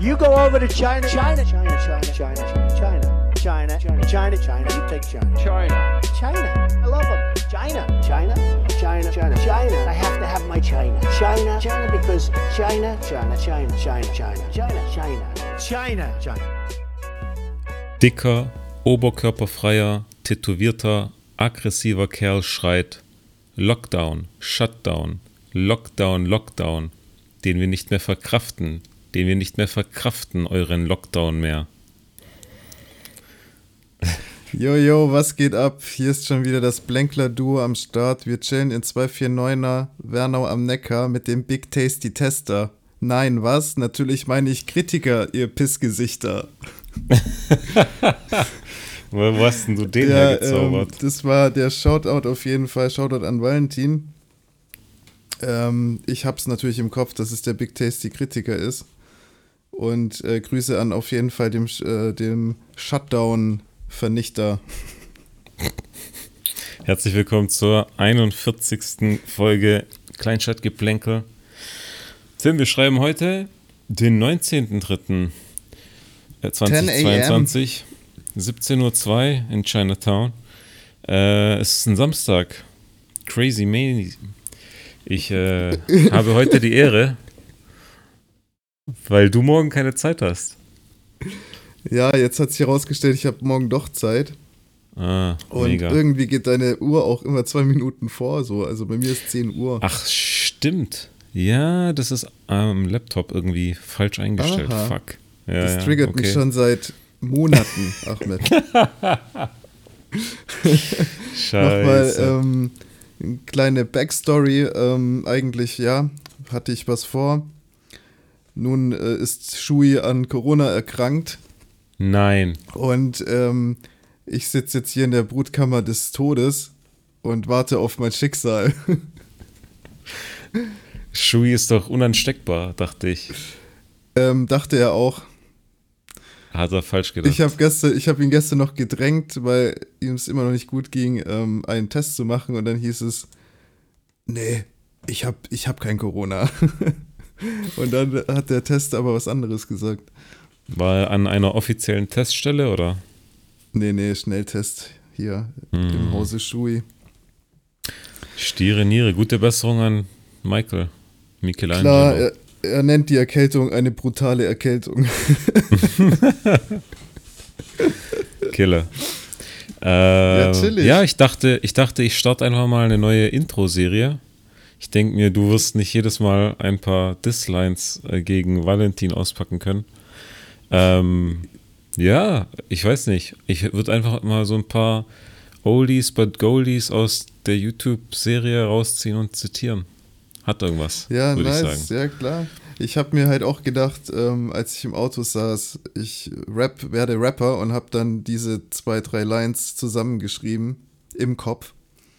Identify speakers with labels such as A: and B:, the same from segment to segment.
A: You go over to China, China, China, China, China, China, China, China, China, China. You take China, China, China. I love them. China, China, China, China, China. I have to have my China, China, China, because China, China, China, China, China, China, China, China, China.
B: Dicker, oberkörperfreier, tätowierter, aggressiver Kerl schreit Lockdown, Shutdown, Lockdown, Lockdown, den wir nicht mehr verkraften, euren Lockdown mehr.
C: Jojo, was geht ab? Hier ist schon wieder das Blänkler-Duo am Start. Wir chillen in 249er Wernau am Neckar mit dem Big Tasty Tester. Nein, was? Natürlich meine ich Kritiker, ihr Pissgesichter.
B: Wo hast denn du den hergezaubert?
C: Das war der Shoutout auf jeden Fall. Shoutout an Valentin. Ich hab's natürlich im Kopf, dass es der Big Tasty Kritiker ist. Und Grüße an auf jeden Fall dem Shutdown-Vernichter.
B: Herzlich willkommen zur 41. Folge Kleinstadtgeplänkel. Tim, wir schreiben heute den 19.03.2022, 17:02 Uhr in Chinatown. Es ist ein Samstag. Crazy May. Ich habe heute die Ehre, weil du morgen keine Zeit hast.
C: Ja, jetzt hat sich herausgestellt, ich habe morgen doch Zeit.
B: Und
C: mega. Irgendwie geht deine Uhr auch immer 2 Minuten vor, so. Also bei mir ist 10 Uhr.
B: Ach, stimmt. Ja, das ist am Laptop irgendwie falsch eingestellt.
C: Aha.
B: Fuck. Ja,
C: das triggert mich schon seit Monaten, Ahmed.
B: Scheiße.
C: Nochmal eine kleine Backstory. Eigentlich, ja, hatte ich was vor. Nun ist Shui an Corona erkrankt.
B: Nein.
C: Und ich sitze jetzt hier in der Brutkammer des Todes und warte auf mein Schicksal.
B: Shui ist doch unansteckbar, dachte ich.
C: Dachte er auch.
B: Hat er falsch gedacht.
C: Ich habe ihn gestern noch gedrängt, weil ihm es immer noch nicht gut ging, einen Test zu machen. Und dann hieß es, nee, ich hab kein Corona. Und dann hat der Test aber was anderes gesagt.
B: War er an einer offiziellen Teststelle, oder?
C: Nee, Schnelltest hier im Hause Shui.
B: Stiere, Niere, gute Besserung an Michelangelo.
C: Klar, er nennt die Erkältung eine brutale Erkältung.
B: Killer.
C: Ja, chillig.
B: Ja, ich dachte, ich starte einfach mal eine neue Intro-Serie. Ich denke mir, du wirst nicht jedes Mal ein paar Disslines gegen Valentin auspacken können. Ja, ich weiß nicht. Ich würde einfach mal so ein paar Oldies but Goldies aus der YouTube-Serie rausziehen und zitieren. Hat irgendwas,
C: ja,
B: würde
C: nice,
B: ich sagen.
C: Ja, klar. Ich habe mir halt auch gedacht, als ich im Auto saß, ich werde Rapper und habe dann diese 2, 3 Lines zusammengeschrieben im Kopf.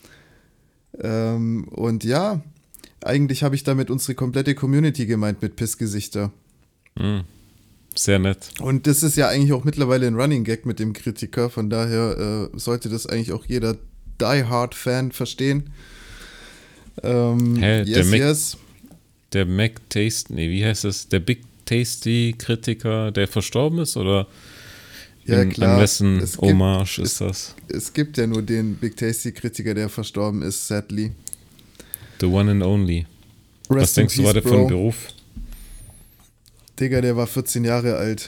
C: Und ja, eigentlich habe ich damit unsere komplette Community gemeint mit Pissgesichter.
B: Sehr nett.
C: Und das ist ja eigentlich auch mittlerweile ein Running Gag mit dem Kritiker, von daher sollte das eigentlich auch jeder Die-Hard-Fan verstehen. Yes.
B: Der Mac Taste, wie heißt das? Der Big Tasty Kritiker, der verstorben ist, oder
C: ja, klar.
B: An wessen Hommage ist das?
C: Es gibt ja nur den Big Tasty Kritiker, der verstorben ist, sadly.
B: The one and only. Was denkst du, war der von Beruf?
C: Digga, der war 14 Jahre alt.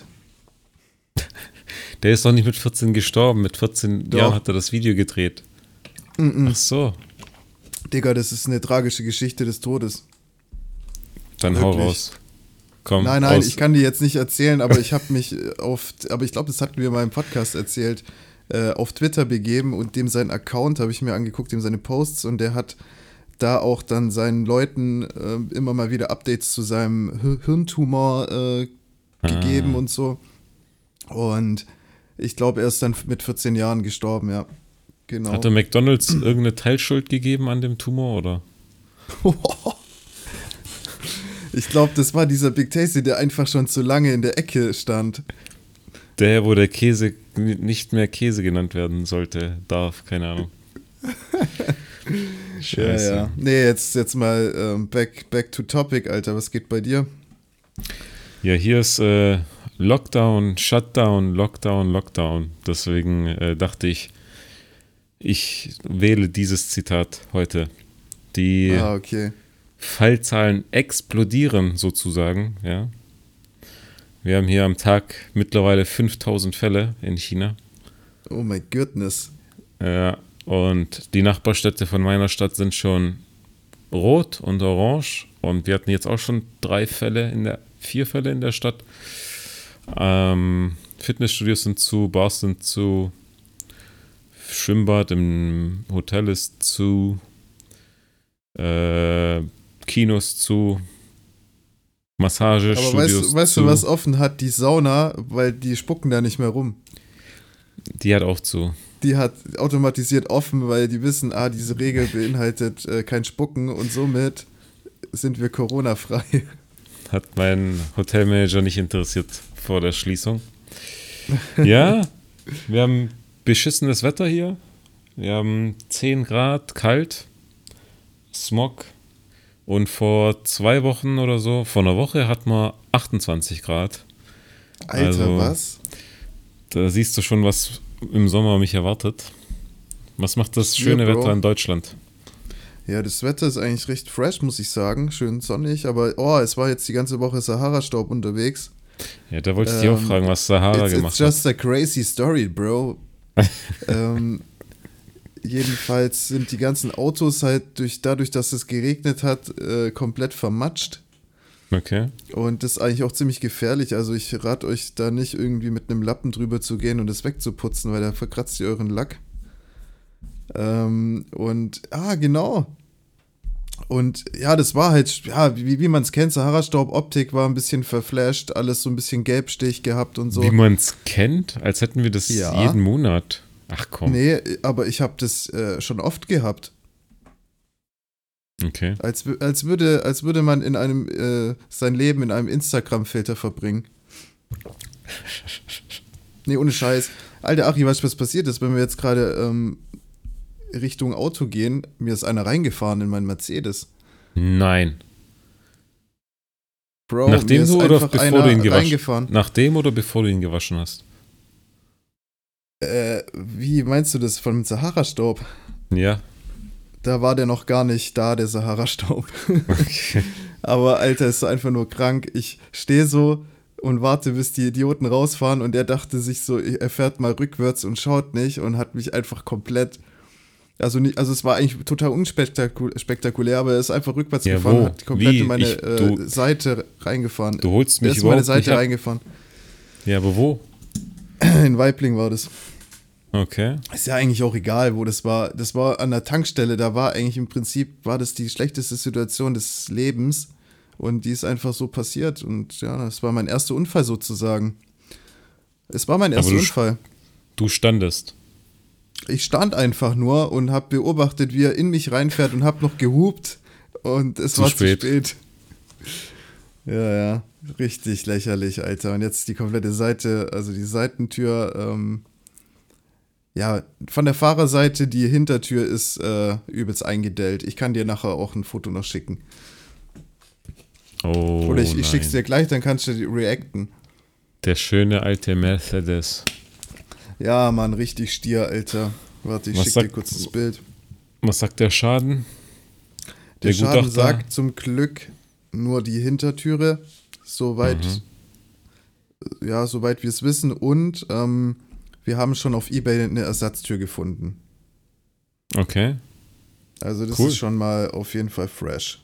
B: Der ist doch nicht mit 14 gestorben. Mit 14 Jahren hat er das Video gedreht. Ach so.
C: Digga, das ist eine tragische Geschichte des Todes.
B: Dann
C: wirklich.
B: Hau raus. Komm,
C: Nein,
B: raus.
C: ich kann die jetzt nicht erzählen, aber ich habe mich aber ich glaube, das hatten wir mal im Podcast erzählt, auf Twitter begeben und dem seinen Account habe ich mir angeguckt, dem seine Posts, und der hat da auch dann seinen Leuten immer mal wieder Updates zu seinem Hirntumor gegeben und so. Und ich glaube, er ist dann mit 14 Jahren gestorben, ja. Genau.
B: Hat der McDonald's irgendeine Teilschuld gegeben an dem Tumor, oder?
C: Ich glaube, das war dieser Big Tasty, der einfach schon zu lange in der Ecke stand.
B: Der, wo der Käse nicht mehr Käse genannt werden sollte, darf, keine Ahnung. Scheiße.
C: Ja. Nee, jetzt mal back to topic, Alter. Was geht bei dir?
B: Ja, hier ist Lockdown, Shutdown, Lockdown, Lockdown. Deswegen dachte ich wähle dieses Zitat heute. Die
C: Okay.
B: Fallzahlen explodieren sozusagen, ja. Wir haben hier am Tag mittlerweile 5000 Fälle in China.
C: Oh my goodness.
B: Und die Nachbarstädte von meiner Stadt sind schon rot und orange. Und wir hatten jetzt auch schon 4 Fälle in der Stadt. Fitnessstudios sind zu, Bars sind zu, Schwimmbad im Hotel ist zu, Kinos zu, Massagestudios
C: Aber weißt du, was offen hat? Die Sauna, weil die spucken da nicht mehr rum.
B: Die hat auch zu.
C: Die hat automatisiert offen, weil die wissen, diese Regel beinhaltet kein Spucken und somit sind wir Corona-frei.
B: Hat mein Hotelmanager nicht interessiert vor der Schließung. Ja, wir haben beschissenes Wetter hier. Wir haben 10 Grad, kalt, Smog. Und vor 2 Wochen oder so, vor einer Woche hatten wir 28 Grad.
C: Alter,
B: also,
C: was?
B: Da siehst du schon, was im Sommer mich erwartet. Was macht das schöne Wetter in Deutschland?
C: Ja, das Wetter ist eigentlich recht fresh, muss ich sagen. Schön sonnig, aber es war jetzt die ganze Woche Sahara-Staub unterwegs.
B: Ja, da wollte ich dich auch fragen, was Sahara gemacht hat.
C: It's just a crazy story, bro. Jedenfalls sind die ganzen Autos halt dadurch, dass es geregnet hat, komplett vermatscht.
B: Okay.
C: Und das ist eigentlich auch ziemlich gefährlich. Also ich rate euch da nicht irgendwie mit einem Lappen drüber zu gehen und das wegzuputzen, weil da verkratzt ihr euren Lack. Genau. Und ja, das war halt, ja, wie man es kennt, Sahara-Staub-Optik war ein bisschen verflasht, alles so ein bisschen Gelbstich gehabt und so.
B: Wie man es kennt? Als hätten wir das jeden Monat. Ach komm.
C: Nee, aber ich habe das schon oft gehabt.
B: Okay.
C: Als würde man in einem sein Leben in einem Instagram-Filter verbringen. Nee, ohne Scheiß. Alter Achi, weißt du, was passiert ist, wenn wir jetzt gerade Richtung Auto gehen? Mir ist einer reingefahren in meinen Mercedes.
B: Nein.
C: Bro,
B: nachdem du oder bevor du ihn
C: reingefahren.
B: Nachdem oder bevor du ihn gewaschen hast?
C: Wie meinst du das von Sahara-Staub?
B: Ja.
C: Da war der noch gar nicht da, der Sahara-Staub.
B: Okay.
C: Aber Alter, ist so einfach nur krank. Ich stehe so und warte, bis die Idioten rausfahren und er dachte sich so, er fährt mal rückwärts und schaut nicht und hat mich einfach komplett, also es war eigentlich total unspektakulär, aber er ist einfach rückwärts gefahren und hat komplett in meine Seite reingefahren.
B: Du holst mich
C: überhaupt nicht. Er ist in meine Seite reingefahren.
B: Ja, aber wo?
C: In Weibling war das.
B: Okay.
C: Ist ja eigentlich auch egal, wo das war. Das war an der Tankstelle, da war eigentlich im Prinzip, war das die schlechteste Situation des Lebens und die ist einfach so passiert und ja, das war mein erster Unfall sozusagen. Es war mein erster Unfall.
B: Du standest.
C: Ich stand einfach nur und habe beobachtet, wie er in mich reinfährt und habe noch gehupt und es war zu spät. Ja, richtig lächerlich, Alter. Und jetzt die komplette Seite, also die Seitentür, von der Fahrerseite, die Hintertür ist übelst eingedellt. Ich kann dir nachher auch ein Foto noch schicken.
B: Oh,
C: oder ich schick's dir gleich, dann kannst du reacten. Der
B: schöne alte Mercedes.
C: Ja, Mann, richtig Stier, Alter. Warte, ich schicke dir kurz das Bild.
B: Was sagt der Schaden?
C: Der Schaden sagt zum Glück nur die Hintertüre, soweit wir es wissen. Und wir haben schon auf eBay eine Ersatztür gefunden.
B: Okay.
C: Also das ist schon mal auf jeden Fall fresh.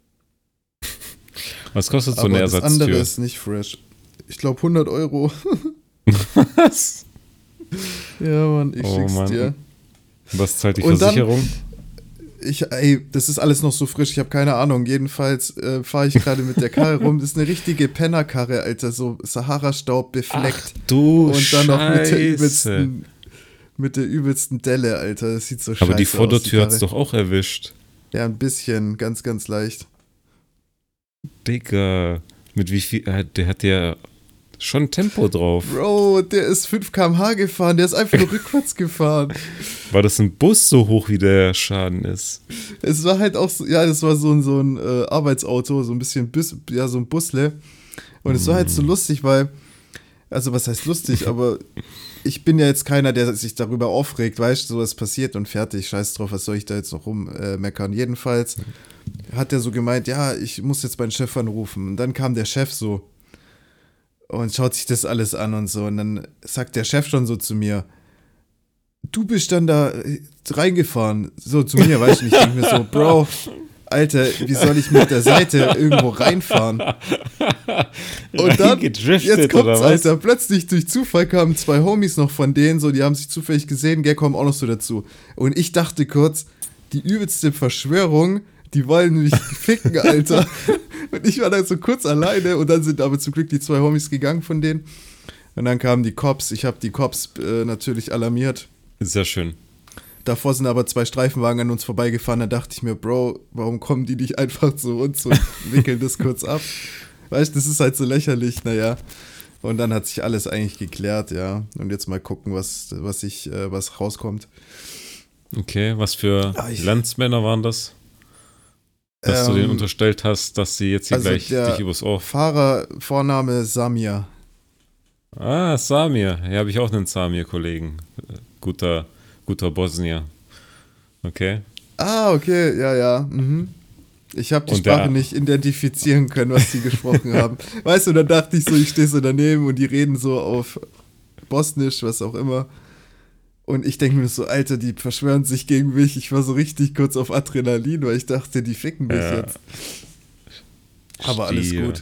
B: Was kostet so eine Ersatztür?
C: Das andere ist nicht fresh. Ich glaube 100 €.
B: Was?
C: Ja, Mann, ich schick's dir.
B: Was zahlt die Versicherung?
C: Das ist alles noch so frisch, ich habe keine Ahnung. Jedenfalls fahre ich gerade mit der Karre rum. Das ist eine richtige Pennerkarre, Alter, so Sahara-Staub befleckt.
B: Ach, du
C: und dann
B: Scheiße.
C: noch mit der übelsten Delle, Alter. Das sieht so scheiße aus.
B: Aber die Vordertür hat's doch auch erwischt.
C: Ja, ein bisschen, ganz, ganz leicht.
B: Digga, mit wie viel, der hat ja schon Tempo drauf.
C: Bro, der ist 5 km/h gefahren, der ist einfach nur rückwärts gefahren.
B: War das ein Bus so hoch, wie der Schaden ist?
C: Es war halt auch so, ja, das war so ein Arbeitsauto, so ein bisschen so ein Busle. Und es war halt so lustig, weil, also was heißt lustig, aber ich bin ja jetzt keiner, der sich darüber aufregt, weißt du, sowas passiert und fertig, scheiß drauf, was soll ich da jetzt noch rummeckern. Jedenfalls hat er so gemeint, ja, ich muss jetzt meinen Chef anrufen. Und dann kam der Chef so und schaut sich das alles an und so. Und dann sagt der Chef schon so zu mir, du bist dann da reingefahren, so zu mir, weißt du, ich denke mir so, Bro, Alter, wie soll ich mit der Seite irgendwo reinfahren? Und dann, jetzt kommt's, Alter, plötzlich durch Zufall kamen 2 Homies noch von denen, so, die haben sich zufällig gesehen, gell, kommen auch noch so dazu. Und ich dachte kurz, die übelste Verschwörung, die wollen mich ficken, Alter. Und ich war da so kurz alleine und dann sind aber zum Glück die 2 Homies gegangen von denen. Und dann kamen die Cops, ich habe die Cops natürlich alarmiert.
B: Sehr schön.
C: Davor sind aber 2 Streifenwagen an uns vorbeigefahren, da dachte ich mir, Bro, warum kommen die nicht einfach zu uns und wickeln das kurz ab? Weißt du, das ist halt so lächerlich, naja. Und dann hat sich alles eigentlich geklärt, ja. Und jetzt mal gucken, was rauskommt.
B: Okay, was für Landsmänner waren das? Dass du denen unterstellt hast, dass sie jetzt hier also gleich dich übers Ohr...
C: Fahrer, Vorname Samir.
B: Ah, Samir. Hier habe ich auch einen Samir-Kollegen. Guter Bosnier. Okay.
C: Ah, okay, ja. Mhm. Ich habe die Sprache nicht identifizieren können, was die gesprochen haben. Weißt du, dann dachte ich so, ich stehe so daneben und die reden so auf Bosnisch, was auch immer. Und ich denke mir so, Alter, die verschwören sich gegen mich. Ich war so richtig kurz auf Adrenalin, weil ich dachte, die ficken mich jetzt. Aber alles gut.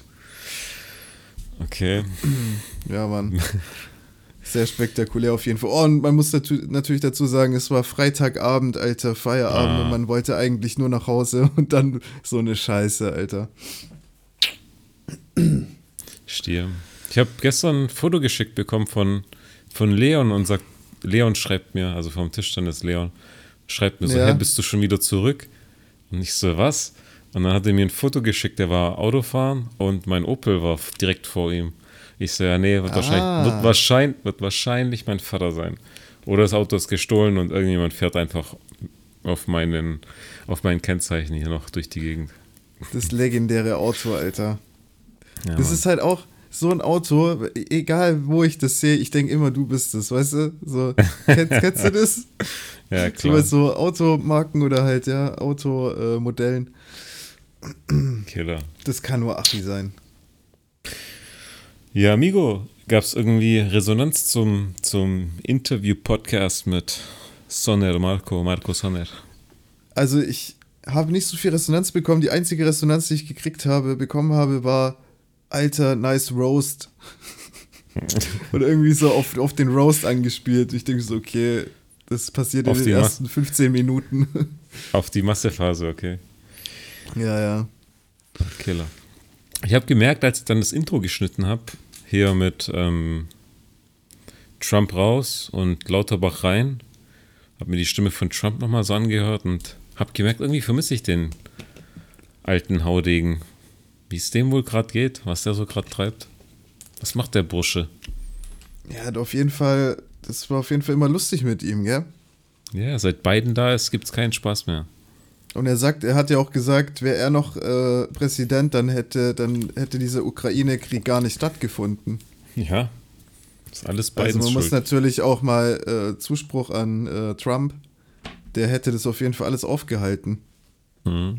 B: Okay.
C: Ja, Mann. Sehr spektakulär auf jeden Fall. Oh, und man muss natürlich dazu sagen, es war Freitagabend, Alter, Feierabend und man wollte eigentlich nur nach Hause und dann so eine Scheiße, Alter.
B: Stehe. Ich habe gestern ein Foto geschickt bekommen von Leon und sagt, Leon schreibt mir, also vom Tischstand ist Leon, schreibt mir so, hey, bist du schon wieder zurück? Und ich so, was? Und dann hat er mir ein Foto geschickt, der war Autofahren und mein Opel war direkt vor ihm. Ich so, ja, nee, wird wahrscheinlich mein Vater sein. Oder das Auto ist gestohlen und irgendjemand fährt einfach auf mein Kennzeichen hier noch durch die Gegend.
C: Das legendäre Auto, Alter. Ja, das ist halt auch so ein Auto, egal wo ich das sehe, ich denke immer, du bist es, weißt du? So, kennst du das?
B: Ja, klar.
C: So Automarken oder halt, ja, Automodellen.
B: Killer.
C: Das kann nur Achi sein.
B: Ja, Amigo, gab es irgendwie Resonanz zum Interview-Podcast mit Marco Sonner? Also ich habe nicht so viel Resonanz bekommen. Die einzige Resonanz, die ich bekommen habe, war, Alter, nice Roast. Und irgendwie so auf den Roast angespielt. Ich denke so, okay, das passiert in den ersten 15 Minuten. Auf die Massephase, okay.
C: Ja.
B: Killer. Ich habe gemerkt, als ich dann das Intro geschnitten habe, hier mit Trump raus und Lauterbach rein, habe mir die Stimme von Trump nochmal so angehört und habe gemerkt, irgendwie vermisse ich den alten Haudegen. Wie es dem wohl gerade geht, was der so gerade treibt. Was macht der Bursche?
C: Ja, das war auf jeden Fall immer lustig mit ihm, gell?
B: Ja, seit Biden da ist, gibt es keinen Spaß mehr.
C: Und er hat ja auch gesagt, wäre er noch Präsident, dann hätte dieser Ukraine-Krieg gar nicht stattgefunden.
B: Ja, ist alles Bidens
C: Also man muss
B: Schuld.
C: natürlich auch mal Zuspruch an Trump, der hätte das auf jeden Fall alles aufgehalten.
B: Mhm.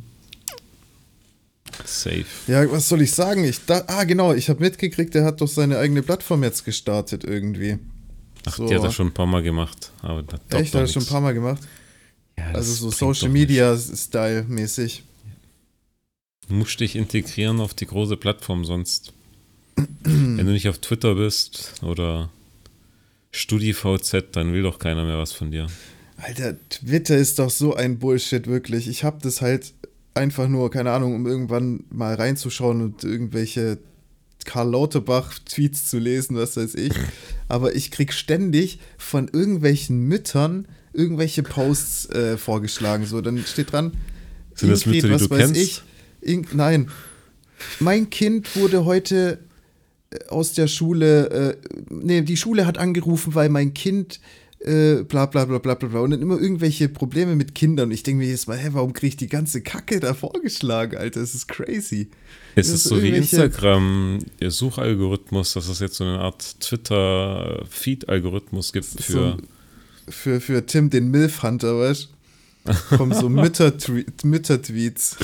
B: Safe.
C: Ja, was soll ich sagen? Genau, ich habe mitgekriegt, der hat doch seine eigene Plattform jetzt gestartet irgendwie.
B: Ach,
C: so.
B: Die hat er schon ein paar Mal gemacht. Aber
C: echt, hat er schon ein paar Mal gemacht?
B: Ja,
C: also so Social Media Style mäßig.
B: Du musst dich integrieren auf die große Plattform, sonst wenn du nicht auf Twitter bist oder StudiVZ, dann will doch keiner mehr was von dir.
C: Alter, Twitter ist doch so ein Bullshit, wirklich. Ich hab das halt einfach nur, keine Ahnung, um irgendwann mal reinzuschauen und irgendwelche Karl Lauterbach-Tweets zu lesen, was weiß ich. Aber ich krieg ständig von irgendwelchen Müttern irgendwelche Posts vorgeschlagen. So, dann steht dran,
B: sind das Mütter, die du kennst?
C: Nein. Mein Kind wurde heute aus der Schule, die Schule hat angerufen, weil mein Kind bla bla bla bla bla bla. Und dann immer irgendwelche Probleme mit Kindern. Und ich denke mir jedes Mal, warum kriege ich die ganze Kacke da vorgeschlagen, Alter? Das ist crazy.
B: Es ist so wie Instagram, ihr Suchalgorithmus, dass es jetzt so eine Art Twitter-Feed-Algorithmus gibt
C: für Tim, den Milf-Hunter, weißt du? Kommen so Mütter-Tweets.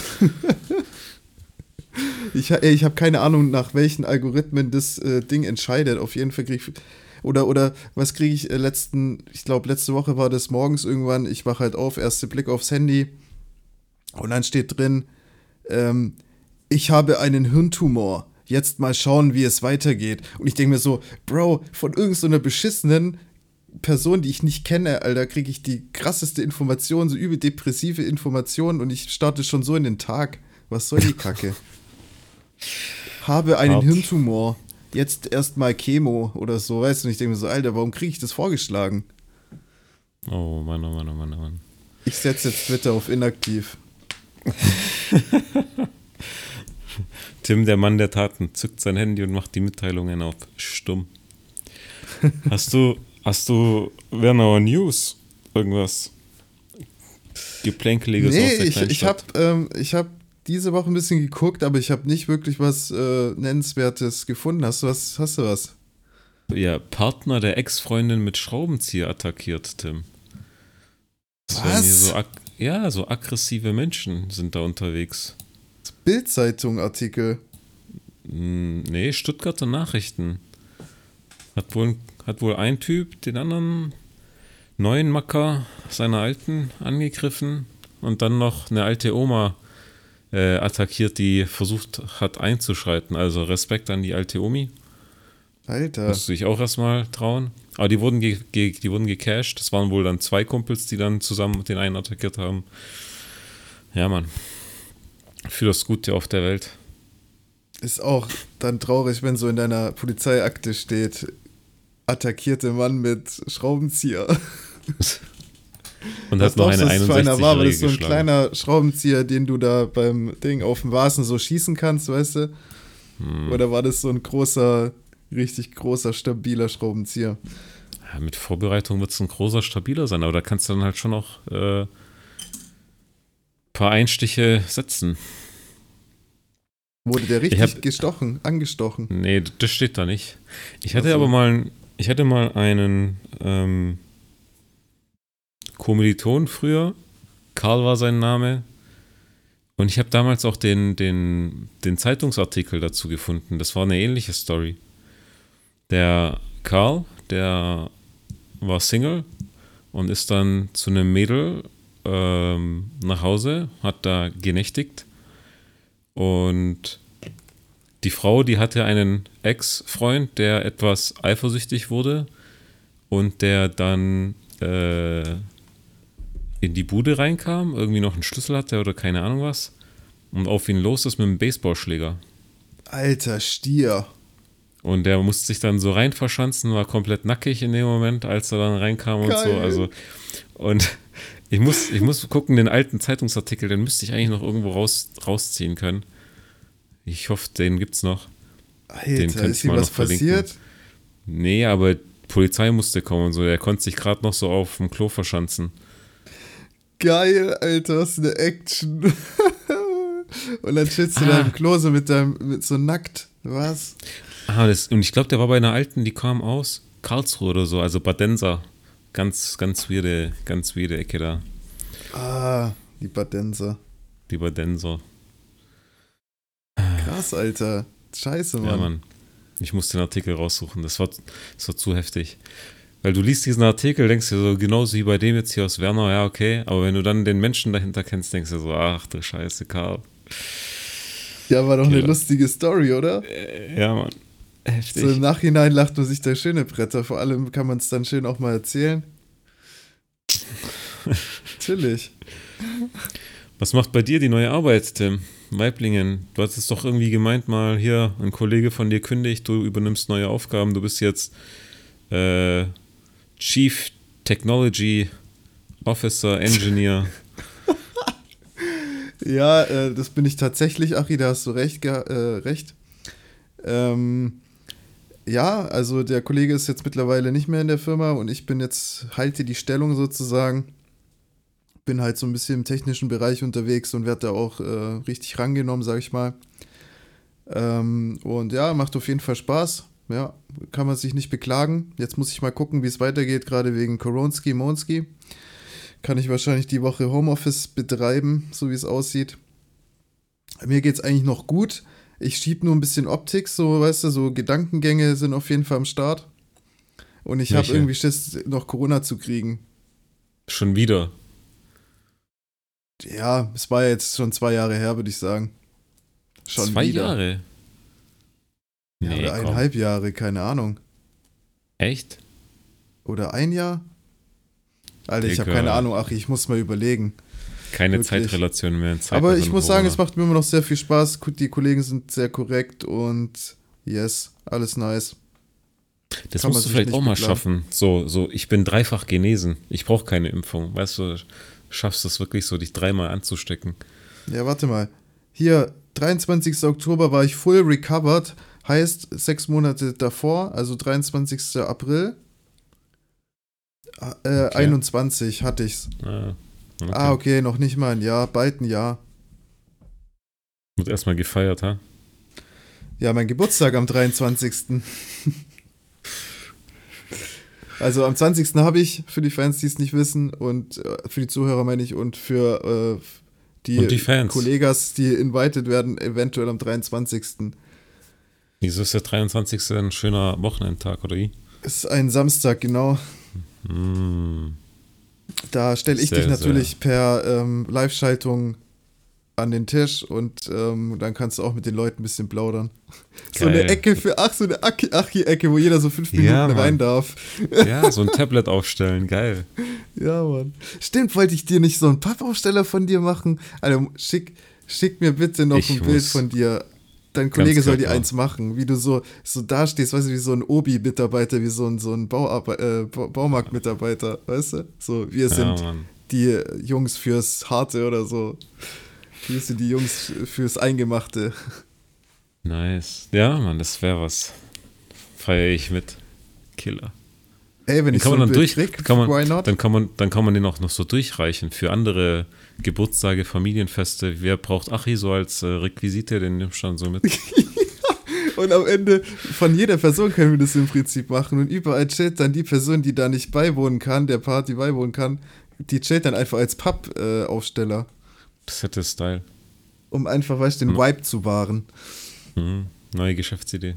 C: Ich habe keine Ahnung, nach welchen Algorithmen das Ding entscheidet. Auf jeden Fall kriege ich. Oder was kriege ich ich glaube, letzte Woche war das morgens irgendwann. Ich wache halt auf, erster Blick aufs Handy. Und dann steht drin, ich habe einen Hirntumor. Jetzt mal schauen, wie es weitergeht. Und ich denke mir so, Bro, von irgend so einer beschissenen Person, die ich nicht kenne, Alter, kriege ich die krasseste Information, so übel depressive Informationen und ich starte schon so in den Tag. Was soll die Kacke? Habe einen Hirntumor. Jetzt erstmal Chemo oder so, weißt du? Und ich denke mir so, Alter, warum kriege ich das vorgeschlagen?
B: Oh Mann, oh Mann, oh Mann, oh Mann.
C: Ich setze jetzt Twitter auf inaktiv.
B: Tim, der Mann der Taten, zückt sein Handy und macht die Mitteilungen auf stumm. Hast du Wernauer News? Irgendwas Geplänkeliges aus der Kleinstadt?
C: Ich hab diese Woche ein bisschen geguckt, aber ich habe nicht wirklich was Nennenswertes gefunden. Hast du was?
B: Ja, Partner der Ex-Freundin mit Schraubenzieher attackiert, Tim.
C: Was?
B: So aggressive Menschen sind da unterwegs.
C: Bild-Zeitung-Artikel.
B: Nee, Stuttgarter Nachrichten. Hat wohl ein Typ den anderen neuen Macker seiner Alten angegriffen und dann noch eine alte Oma attackiert, die versucht hat einzuschreiten. Also Respekt an die alte Omi.
C: Alter.
B: Musst du dich auch erstmal trauen. Aber die wurden gecasht. Das waren wohl dann 2 Kumpels, die dann zusammen den einen attackiert haben. Ja, Mann. Für das Gute auf der Welt.
C: Ist auch dann traurig, wenn so in deiner Polizeiakte steht, attackierte Mann mit Schraubenzieher.
B: Und hat noch eine 61-Jährige
C: war, weil das so ein kleiner Schraubenzieher, den du da beim Ding auf dem Vasen so schießen kannst, weißt du? Oder war das so ein richtig großer, stabiler Schraubenzieher?
B: Ja, mit Vorbereitung wird es ein großer, stabiler sein, aber da kannst du dann halt schon noch ein paar Einstiche setzen.
C: Wurde der richtig angestochen?
B: Nee, das steht da nicht. Ich hatte mal einen Kommiliton früher, Karl war sein Name, und ich habe damals auch den Zeitungsartikel dazu gefunden. Das war eine ähnliche Story. Der Karl, der war Single und ist dann zu einem Mädel nach Hause, hat da genächtigt und die Frau, die hatte einen Ex-Freund, der etwas eifersüchtig wurde und der dann in die Bude reinkam, irgendwie noch einen Schlüssel hatte oder keine Ahnung was und auf ihn los ist mit einem Baseballschläger.
C: Alter Stier.
B: Und der musste sich dann so rein verschanzen, war komplett nackig in dem Moment, als er dann reinkam und
C: Geil.
B: so. Also, und ich muss gucken, den alten Zeitungsartikel, den müsste ich eigentlich noch irgendwo rausziehen können. Ich hoffe, den gibt's noch.
C: Alter,
B: Den könnte
C: ist
B: ich mal
C: ihm was
B: noch verlinken.
C: passiert?
B: Nee, aber Polizei musste kommen und so. Der konnte sich gerade noch so auf dem Klo verschanzen.
C: Geil, Alter, was eine Action. Und dann chillst du da im Klo so mit so nackt. Was?
B: Und ich glaube, der war bei einer alten, die kam aus Karlsruhe oder so, also Badenser. Ganz weirde Ecke da.
C: Ah, die Badenser.
B: Die Badenser.
C: Krass, Alter. Scheiße, Mann.
B: Ja, Mann. Ich muss den Artikel raussuchen. Das war zu heftig. Weil du liest diesen Artikel, denkst dir so, genauso wie bei dem jetzt hier aus Wernau, ja, okay. Aber wenn du dann den Menschen dahinter kennst, denkst du so, ach du Scheiße, Karl.
C: Ja, war doch eine lustige Story, oder?
B: Ja, Mann. Heftig.
C: So im Nachhinein lacht man sich da schöne Bretter. Vor allem kann man es dann schön auch mal erzählen. Natürlich.
B: Was macht bei dir die neue Arbeit, Tim? Weiblingen, du hattest doch irgendwie gemeint mal, hier, ein Kollege von dir kündigt, du übernimmst neue Aufgaben, du bist jetzt Chief Technology Officer, Engineer.
C: Ja, das bin ich tatsächlich, Achi, da hast du recht. Ja, also der Kollege ist jetzt mittlerweile nicht mehr in der Firma und ich bin jetzt, halte die Stellung sozusagen. Bin halt so ein bisschen im technischen Bereich unterwegs und werde da auch richtig rangenommen, sag ich mal. Und ja, macht auf jeden Fall Spaß. Ja, kann man sich nicht beklagen. Jetzt muss ich mal gucken, wie es weitergeht, gerade wegen Koronski, Monski. Kann ich wahrscheinlich die Woche Homeoffice betreiben, so wie es aussieht. Mir geht's eigentlich noch gut. Ich schiebe nur ein bisschen Optik, so, weißt du, so Gedankengänge sind auf jeden Fall am Start. Und ich habe irgendwie Schiss, noch Corona zu kriegen.
B: Schon wieder?
C: Ja, es war jetzt schon 2 Jahre her, würde ich sagen. Schon
B: 2
C: wieder.
B: Jahre?
C: Ja, oder 1,5 Jahre, keine Ahnung.
B: Echt?
C: Oder 1 Jahr? Alter, ich habe keine Ahnung. Ach, ich muss mal überlegen.
B: Keine wirklich. Zeitrelation mehr in Zeit.
C: Aber ich muss sagen, es macht mir immer noch sehr viel Spaß. Die Kollegen sind sehr korrekt und yes, alles nice.
B: Das musst du vielleicht auch mal schaffen. So, ich bin 3-fach genesen. Ich brauche keine Impfung. Weißt du, schaffst du es wirklich so, dich 3-mal anzustecken.
C: Ja, warte mal. Hier, 23. Oktober war ich full recovered. Heißt 6 Monate davor, also 23. April. Okay. 21 hatte ich's. Okay, noch nicht mal ein Jahr, bald ein Jahr.
B: Wird erstmal gefeiert, ha?
C: Ja, mein Geburtstag am 23. Also am 20. habe ich, für die Fans, die es nicht wissen, und für die Zuhörer meine ich, und für die
B: Fans.
C: Kollegas, die invited werden, eventuell am 23.
B: Wieso ist der 23. ein schöner Wochenendtag, oder wie?
C: Es ist ein Samstag, genau. Da stelle ich dich natürlich per Live-Schaltung an den Tisch und dann kannst du auch mit den Leuten ein bisschen plaudern. Geil. So eine Ecke so eine Achi-Ecke, wo jeder so 5 Minuten rein darf.
B: Ja, so ein Tablet aufstellen, geil.
C: Ja, Mann. Stimmt, wollte ich dir nicht so einen Pappaufsteller von dir machen? Also schick mir bitte noch ein Bild von dir. Dein Kollege soll die eins machen, wie du so dastehst, weißt du, wie so ein Obi-Mitarbeiter, wie so ein Baumarkt-Mitarbeiter, weißt du? So, wir sind die Jungs fürs Harte oder so. Wir sind die Jungs fürs Eingemachte.
B: Nice. Ja, Mann, das wäre was. Feiere ich mit. Killer.
C: Ey, wenn ich so ein Bild krieg, why not?
B: Dann kann man den auch noch so durchreichen für andere Geburtstage, Familienfeste. Wer braucht Achi so als Requisite, den nimmst du dann so mit.
C: Und am Ende von jeder Person können wir das im Prinzip machen. Und überall chillt dann die Person, die da nicht beiwohnen kann, der Party beiwohnen kann, die chillt dann einfach als Pappaufsteller.
B: Das hätte Style.
C: Um einfach, weißt du, den Vibe zu wahren.
B: Neue Geschäftsidee.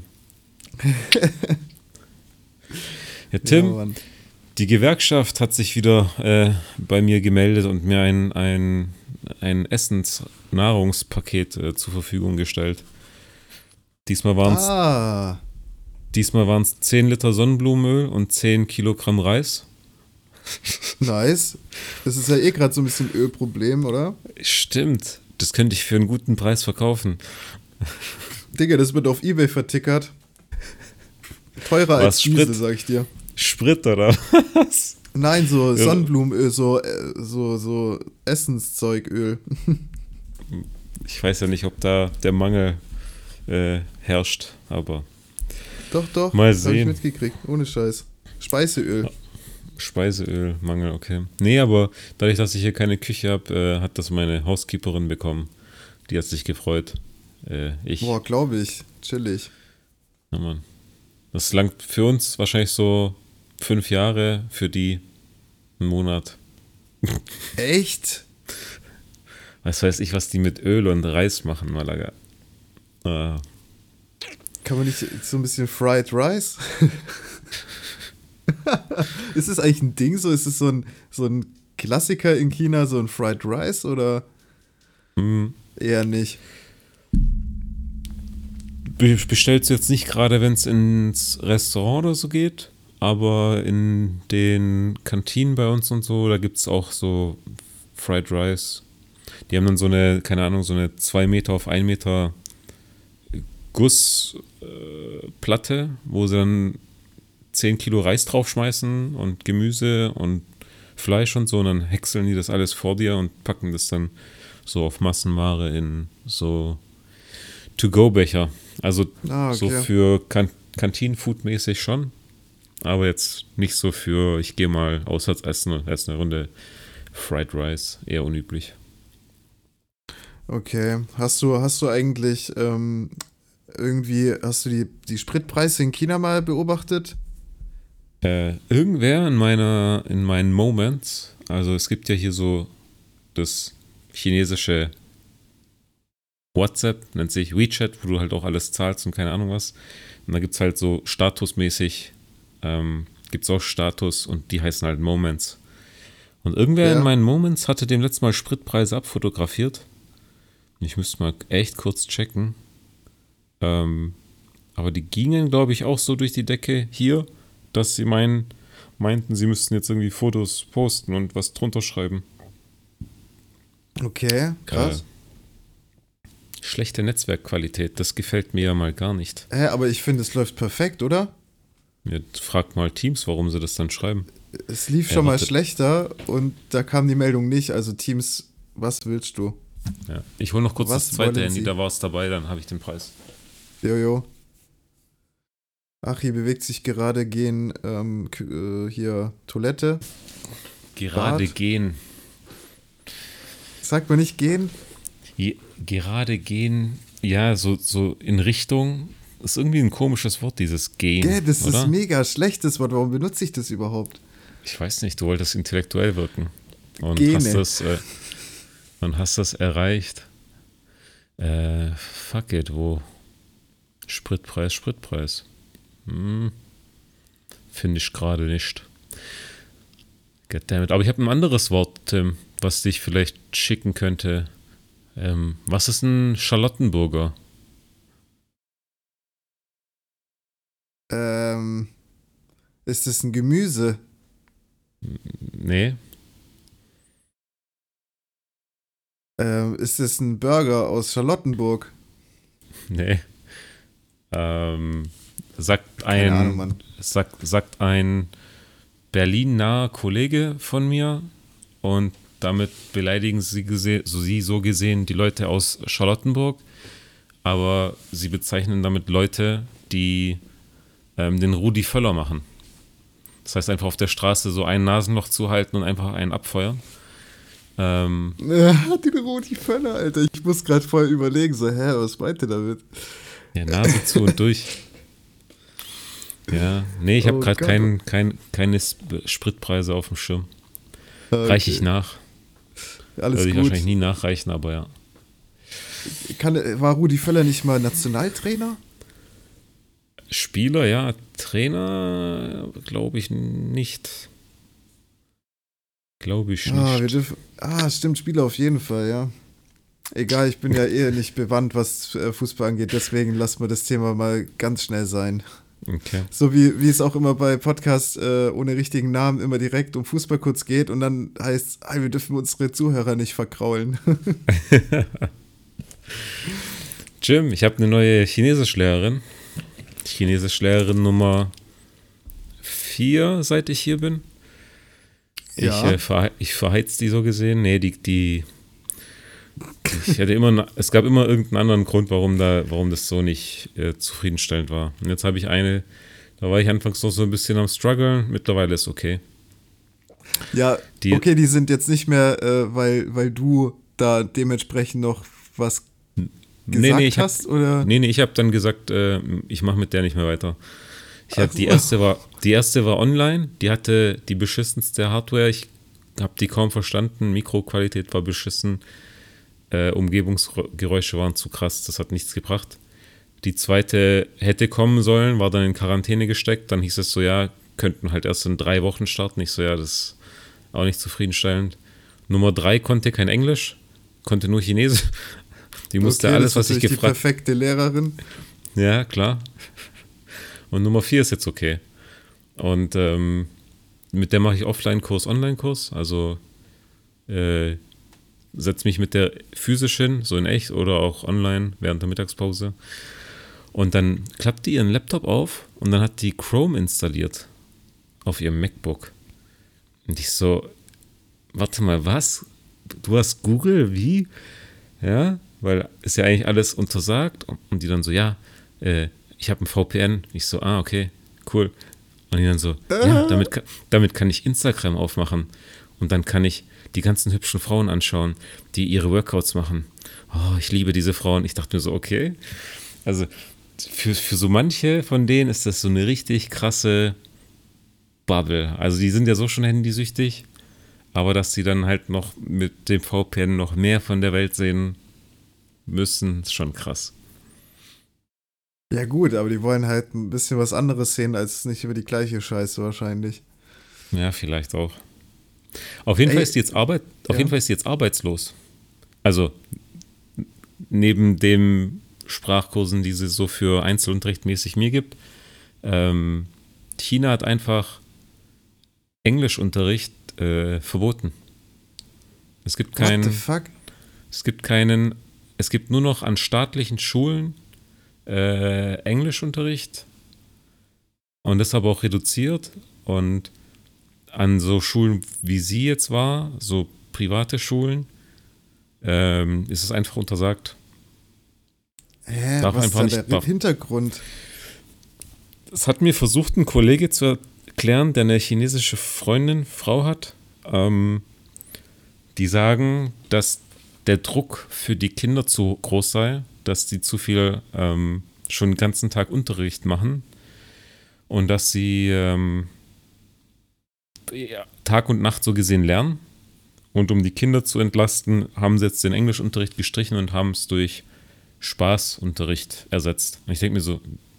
B: Ja, Tim, ja, die Gewerkschaft hat sich wieder bei mir gemeldet und mir ein Essens-Nahrungspaket zur Verfügung gestellt. Diesmal waren es 10 Liter Sonnenblumenöl und 10 Kilogramm Reis.
C: Nice. Das ist ja eh gerade so ein bisschen Ölproblem, oder?
B: Stimmt. Das könnte ich für einen guten Preis verkaufen.
C: Digga, das wird auf eBay vertickert. Teurer als Diesel, sag ich dir.
B: Sprit oder was?
C: Nein, so Sonnenblumenöl, so Essenszeugöl.
B: Ich weiß ja nicht, ob da der Mangel herrscht, aber
C: Doch,
B: mal sehen.
C: Hab ich mitgekriegt, ohne Scheiß. Speiseöl.
B: Speiseölmangel, okay. Nee, aber dadurch, dass ich hier keine Küche habe, hat das meine Housekeeperin bekommen. Die hat sich gefreut.
C: Boah, glaube ich. Chillig.
B: Ja, Mann. Das langt für uns wahrscheinlich so 5 Jahre, für die einen Monat.
C: Echt?
B: Was weiß ich, was die mit Öl und Reis machen, Malaga.
C: Kann man nicht so ein bisschen Fried Rice? Ist es eigentlich ein Ding so? Ist es so ein Klassiker in China, so ein Fried Rice oder eher nicht?
B: Bestellst du jetzt nicht gerade, wenn es ins Restaurant oder so geht, aber in den Kantinen bei uns und so, da gibt es auch so Fried Rice. Die haben dann so eine, keine Ahnung, so eine 2 Meter auf 1 Meter Gussplatte, wo sie dann 10 Kilo Reis draufschmeißen und Gemüse und Fleisch und so, und dann häckseln die das alles vor dir und packen das dann so auf Massenware in so To-Go-Becher. Also
C: okay.
B: so für Kantinen-Food-mäßig schon. Aber jetzt nicht so für, ich gehe mal auswärts essen und esse eine Runde Fried Rice. Eher unüblich.
C: Okay. Hast du eigentlich hast du die Spritpreise in China mal beobachtet?
B: Irgendwer in meinen Moments, also es gibt ja hier so das chinesische WhatsApp, nennt sich WeChat, wo du halt auch alles zahlst und keine Ahnung was. Und da gibt es halt so statusmäßig, gibt es auch Status und die heißen halt Moments. Und irgendwer in meinen Moments hatte dem letzten Mal Spritpreise abfotografiert. Ich müsste mal echt kurz checken. Aber die gingen, glaube ich, auch so durch die Decke hier, dass sie meinten, sie müssten jetzt irgendwie Fotos posten und was drunter schreiben.
C: Okay, krass.
B: Schlechte Netzwerkqualität, das gefällt mir ja mal gar nicht.
C: Aber ich finde, es läuft perfekt, oder?
B: Jetzt fragt mal Teams, warum sie das dann schreiben.
C: Es lief schon mal schlechter und da kam die Meldung nicht. Also Teams, was willst du?
B: Ja. Ich hole noch kurz
C: Was
B: das zweite
C: wollen
B: Handy,
C: Sie?
B: da war es dabei, dann habe ich den Preis.
C: Jojo. Ach, hier bewegt sich gerade gehen hier Toilette.
B: Gerade
C: Bad.
B: gehen.
C: Sagt man nicht gehen?
B: Gerade gehen, ja, so in Richtung, ist irgendwie ein komisches Wort, dieses Gehen.
C: Gell, das
B: oder?
C: ist mega schlechtes Wort. Warum benutze ich das überhaupt?
B: Ich weiß nicht, du wolltest intellektuell wirken. Und
C: Gene.
B: hast das erreicht. Fuck it, wo? Spritpreis. Finde ich gerade nicht. Goddammit. Aber ich habe ein anderes Wort, Tim, was dich vielleicht schicken könnte. Was ist ein Charlottenburger?
C: Ist das ein Gemüse?
B: Nee.
C: Ist das ein Burger aus Charlottenburg?
B: Nee. Sagt
C: Keine Ahnung, Mann.
B: ein Berlin-naher Kollege von mir und damit beleidigen sie so gesehen die Leute aus Charlottenburg, aber sie bezeichnen damit Leute, die den Rudi Völler machen. Das heißt, einfach auf der Straße so ein Nasenloch zuhalten und einfach einen abfeuern.
C: Ja, den Rudi Völler, Alter. Ich muss gerade voll überlegen, so, was meint ihr damit?
B: Ja, Nase zu und durch. Ja, nee, ich habe gerade keine Spritpreise auf dem Schirm.
C: Okay.
B: Reiche ich nach.
C: Alles
B: Würde ich
C: gut.
B: wahrscheinlich nie nachreichen, aber ja.
C: War Rudi Völler nicht mal Nationaltrainer?
B: Spieler, ja. Trainer, glaube ich nicht. Glaube ich nicht.
C: Stimmt, Spieler auf jeden Fall, ja. Egal, ich bin ja nicht bewandt, was Fußball angeht, deswegen lassen wir das Thema mal ganz schnell sein.
B: Okay.
C: So wie es auch immer bei Podcasts ohne richtigen Namen immer direkt um Fußball kurz geht und dann heißt es, wir dürfen unsere Zuhörer nicht verkraulen.
B: Jim, ich habe eine neue Chinesischlehrerin. Chinesischlehrerin Nummer 4, seit ich hier bin.
C: Ja.
B: Ich verheiz die so gesehen. Nee, es gab immer irgendeinen anderen Grund, warum das so nicht zufriedenstellend war. Und jetzt habe ich eine, da war ich anfangs noch so ein bisschen am struggeln, mittlerweile ist okay.
C: Ja, die sind jetzt nicht mehr, weil du da dementsprechend noch was gesagt hast, oder?
B: Nee, ich habe dann gesagt, ich mache mit der nicht mehr weiter. Die erste war online, die hatte die beschissenste Hardware, ich habe die kaum verstanden, Mikroqualität war beschissen, Umgebungsgeräusche waren zu krass, das hat nichts gebracht. Die zweite hätte kommen sollen, war dann in Quarantäne gesteckt, dann hieß es so, ja, könnten halt erst in 3 Wochen starten. Ich so, ja, das ist auch nicht zufriedenstellend. Nummer 3 konnte kein Englisch, konnte nur Chinesisch. Die musste alles, was ich gefragt habe.
C: Die perfekte Lehrerin.
B: Ja, klar. Und Nummer 4 ist jetzt okay. Und mit der mache ich Offline-Kurs, Online-Kurs. Also setze mich mit der physisch hin, so in echt oder auch online während der Mittagspause. Und dann klappt die ihren Laptop auf und dann hat die Chrome installiert auf ihrem MacBook. Und ich so, warte mal, was? Du hast Google? Wie? Ja, weil ist ja eigentlich alles untersagt. Und die dann so, ja, ich habe ein VPN. Ich so, okay, cool. Und die dann so, ja, damit kann ich Instagram aufmachen. Und dann kann ich die ganzen hübschen Frauen anschauen, die ihre Workouts machen. Oh, ich liebe diese Frauen. Ich dachte mir so, okay. Also für so manche von denen ist das so eine richtig krasse Bubble. Also die sind ja so schon handysüchtig, aber dass sie dann halt noch mit dem VPN noch mehr von der Welt sehen müssen, ist schon krass.
C: Ja gut, aber die wollen halt ein bisschen was anderes sehen, als nicht über die gleiche Scheiße wahrscheinlich.
B: Ja, vielleicht auch. Auf jeden Fall ist die jetzt jeden Fall ist die jetzt arbeitslos. Also neben den Sprachkursen, die sie so für Einzelunterricht mäßig mir gibt. China hat einfach Englischunterricht verboten. Es gibt
C: What the fuck?
B: Es gibt nur noch an staatlichen Schulen Englischunterricht und das aber auch reduziert, und an so Schulen, wie sie jetzt war, so private Schulen, ist es einfach untersagt.
C: Was ist da der Hintergrund?
B: Das hat mir versucht, ein Kollege zu erklären, der eine chinesische Frau hat. Die sagen, dass der Druck für die Kinder zu groß sei, dass die zu viel schon den ganzen Tag Unterricht machen und dass sie Tag und Nacht so gesehen lernen. Und um die Kinder zu entlasten, haben sie jetzt den Englischunterricht gestrichen und haben es durch Spaßunterricht ersetzt. Und ich denke mir so,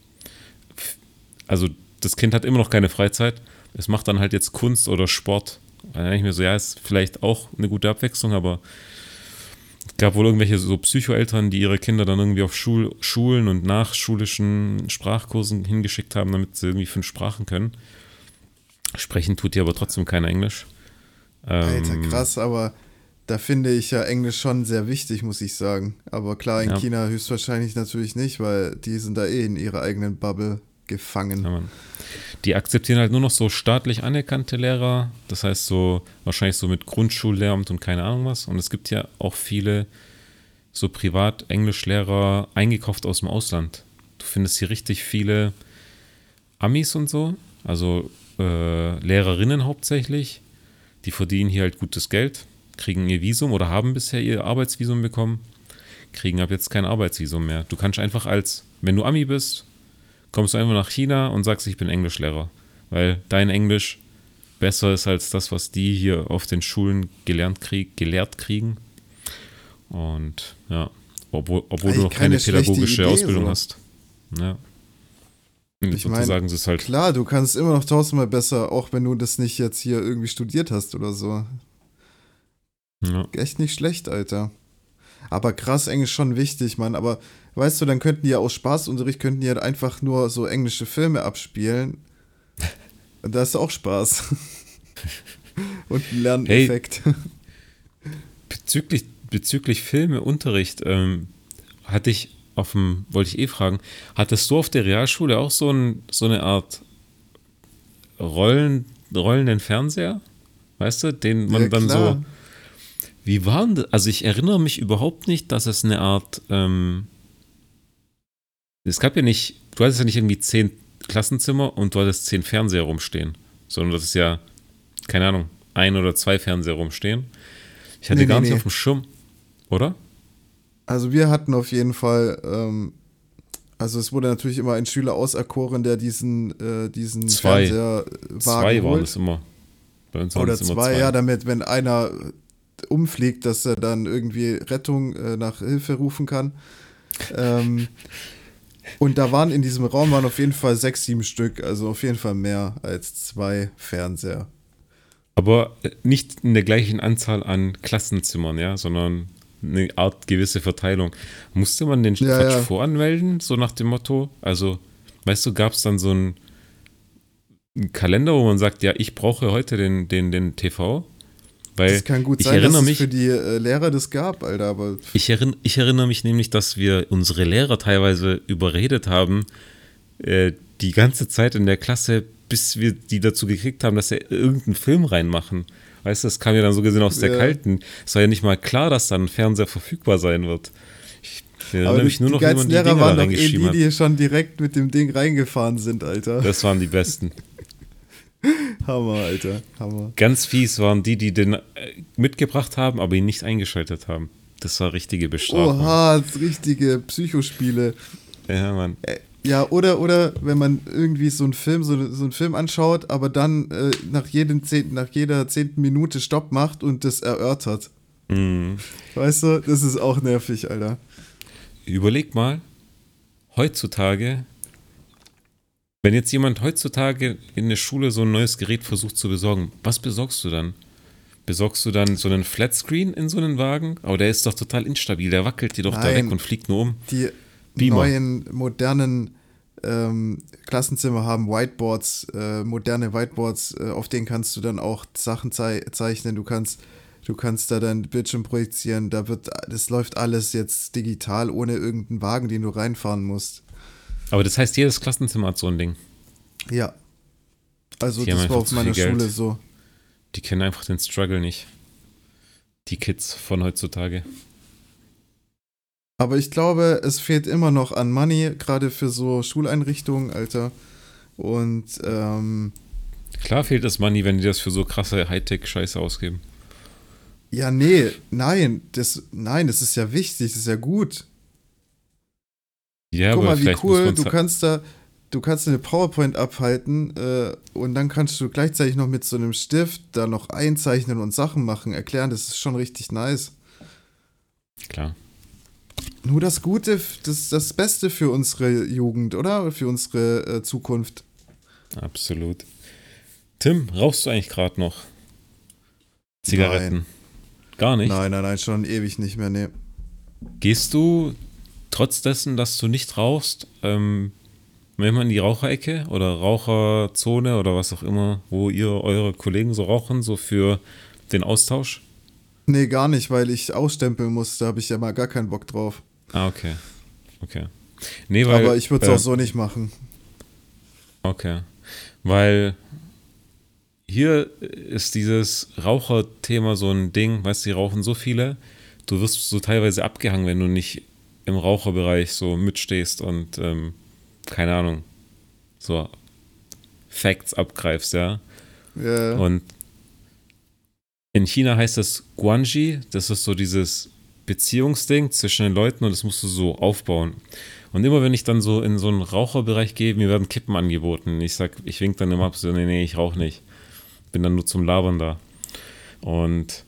B: also das Kind hat immer noch keine Freizeit, es macht dann halt jetzt Kunst oder Sport. Dann denke ich mir so, ja, ist vielleicht auch eine gute Abwechslung, aber es gab wohl irgendwelche so Psychoeltern, die ihre Kinder dann irgendwie auf Schulen und nachschulischen Sprachkursen hingeschickt haben, damit sie irgendwie 5 Sprachen können. Sprechen tut die aber trotzdem kein Englisch.
C: Alter, krass, aber da finde ich ja Englisch schon sehr wichtig, muss ich sagen. Aber klar, in China höchstwahrscheinlich natürlich nicht, weil die sind da in ihrer eigenen Bubble gefangen.
B: Ja, die akzeptieren halt nur noch so staatlich anerkannte Lehrer, das heißt so wahrscheinlich so mit Grundschullehramt und keine Ahnung was. Und es gibt ja auch viele so Privat-Englischlehrer eingekauft aus dem Ausland. Du findest hier richtig viele Amis und so, also Lehrerinnen hauptsächlich, die verdienen hier halt gutes Geld, kriegen ihr Visum oder haben bisher ihr Arbeitsvisum bekommen, kriegen ab jetzt kein Arbeitsvisum mehr. Du kannst einfach wenn du Ami bist, kommst du einfach nach China und sagst, ich bin Englischlehrer, weil dein Englisch besser ist als das, was die hier auf den Schulen gelehrt kriegen. Und ja, obwohl du noch keine pädagogische Ausbildung hast. Ja.
C: Ich meine,
B: sagen sie es halt.
C: Klar, du kannst immer noch 1000-mal besser, auch wenn du das nicht jetzt hier irgendwie studiert hast oder so.
B: Ja.
C: Echt nicht schlecht, Alter. Aber krass, Englisch schon wichtig, Mann. Aber weißt du, dann könnten die ja aus Spaßunterricht halt einfach nur so englische Filme abspielen. Und da ist auch Spaß. Und ein Lerneffekt.
B: Hey, bezüglich Filmeunterricht wollte ich fragen, hattest du auf der Realschule auch so eine Art rollenden Fernseher? Weißt du, den man dann so. Wie war denn das? Also ich erinnere mich überhaupt nicht, dass es eine Art, es gab ja nicht, du hattest ja nicht irgendwie 10 Klassenzimmer und du hattest 10 Fernseher rumstehen, sondern das ist ja, keine Ahnung, 1 oder 2 Fernseher rumstehen. Ich hatte gar nicht auf dem Schirm, oder?
C: Also wir hatten auf jeden Fall, also es wurde natürlich immer ein Schüler auserkoren, der diesen Fernseher holt.
B: 2 waren es immer. Bei uns waren
C: es immer 2, ja, damit, wenn einer umfliegt, dass er dann irgendwie Rettung nach Hilfe rufen kann. Und da waren in diesem Raum auf jeden Fall 6, 7 Stück, also auf jeden Fall mehr als 2 Fernseher.
B: Aber nicht in der gleichen Anzahl an Klassenzimmern, ja, sondern eine Art gewisse Verteilung. Musste man den Quatsch voranmelden, so nach dem Motto? Also, weißt du, gab es dann so einen Kalender, wo man sagt, ja, ich brauche heute den TV? Weil
C: das kann gut sein, dass es für die Lehrer das gab, Alter, aber
B: ich erinnere mich nämlich, dass wir unsere Lehrer teilweise überredet haben, die ganze Zeit in der Klasse, bis wir die dazu gekriegt haben, dass sie irgendeinen Film reinmachen. Weißt du, das kam ja dann so gesehen aus der Kalten. Es war ja nicht mal klar, dass dann ein Fernseher verfügbar sein wird. Ich erinnere
C: Aber
B: mich nur
C: die
B: noch, wie man
C: geilsten
B: die
C: Lehrer
B: Dinger da
C: waren doch
B: reingeschrieben
C: die
B: hat.
C: schon direkt mit dem Ding reingefahren sind, Alter.
B: Das waren die besten.
C: Hammer, Alter, Hammer.
B: Ganz fies waren die den mitgebracht haben, aber ihn nicht eingeschaltet haben. Das war richtige Bestrafung.
C: Oha, das richtige Psychospiele.
B: Ja, Mann.
C: Ja, oder wenn man irgendwie so einen Film anschaut, aber dann nach jeder 10. Minute Stopp macht und das erörtert.
B: Mhm.
C: Weißt du, das ist auch nervig, Alter.
B: Überleg mal, heutzutage, wenn jetzt jemand heutzutage in der Schule so ein neues Gerät versucht zu besorgen, was besorgst du dann? Besorgst du dann so einen Flatscreen in so einen Wagen? Aber der ist doch total instabil, der wackelt dir doch da
C: Nein.
B: weg und fliegt nur um.
C: Die
B: Beamer.
C: neuen, modernen Klassenzimmer haben Whiteboards, moderne Whiteboards, auf denen kannst du dann auch Sachen zeichnen. Du kannst da dein Bildschirm projizieren. Das läuft alles jetzt digital, ohne irgendeinen Wagen, den du reinfahren musst.
B: Aber das heißt, jedes Klassenzimmer hat so ein Ding.
C: Ja. Also
B: Die haben
C: das war
B: einfach
C: auf
B: zu
C: meiner
B: viel Geld.
C: Schule so.
B: Die kennen einfach den Struggle nicht. Die Kids von heutzutage.
C: Aber ich glaube, es fehlt immer noch an Money, gerade für so Schuleinrichtungen, Alter. Und
B: Klar fehlt das Money, wenn die das für so krasse Hightech-Scheiße ausgeben.
C: ja, nein, das ist ja wichtig, das ist ja gut.
B: Ja,
C: Guck
B: aber
C: mal, wie
B: vielleicht
C: cool,
B: muss man's
C: du kannst eine PowerPoint abhalten und dann kannst du gleichzeitig noch mit so einem Stift da noch einzeichnen und Sachen machen, erklären, das ist schon richtig nice.
B: Klar.
C: Nur das Gute, das Beste für unsere Jugend, oder? Für unsere Zukunft.
B: Absolut. Tim, rauchst du eigentlich gerade noch Zigaretten?
C: Nein.
B: Gar nicht?
C: Nein, schon ewig nicht mehr, nee.
B: Gehst du, trotz dessen, dass du nicht rauchst, manchmal in die Raucherecke oder Raucherzone oder was auch immer, wo ihr eure Kollegen so rauchen, so für den Austausch?
C: Nee, gar nicht, weil ich ausstempeln muss, da habe ich ja mal gar keinen Bock drauf.
B: Ah, okay. Nee, weil,
C: Aber ich würde es auch so nicht machen.
B: Okay. Weil hier ist dieses Raucherthema so ein Ding, weißt du, die rauchen so viele, du wirst so teilweise abgehangen, wenn du nicht im Raucherbereich so mitstehst und keine Ahnung, so Facts abgreifst, ja.
C: Ja.
B: Und in China heißt das Guanji, das ist so dieses Beziehungsding zwischen den Leuten und das musst du so aufbauen. Und immer wenn ich dann so in so einen Raucherbereich gehe, mir werden Kippen angeboten. Ich wink dann immer ab, so, nee, ich rauche nicht. Bin dann nur zum Labern da. Und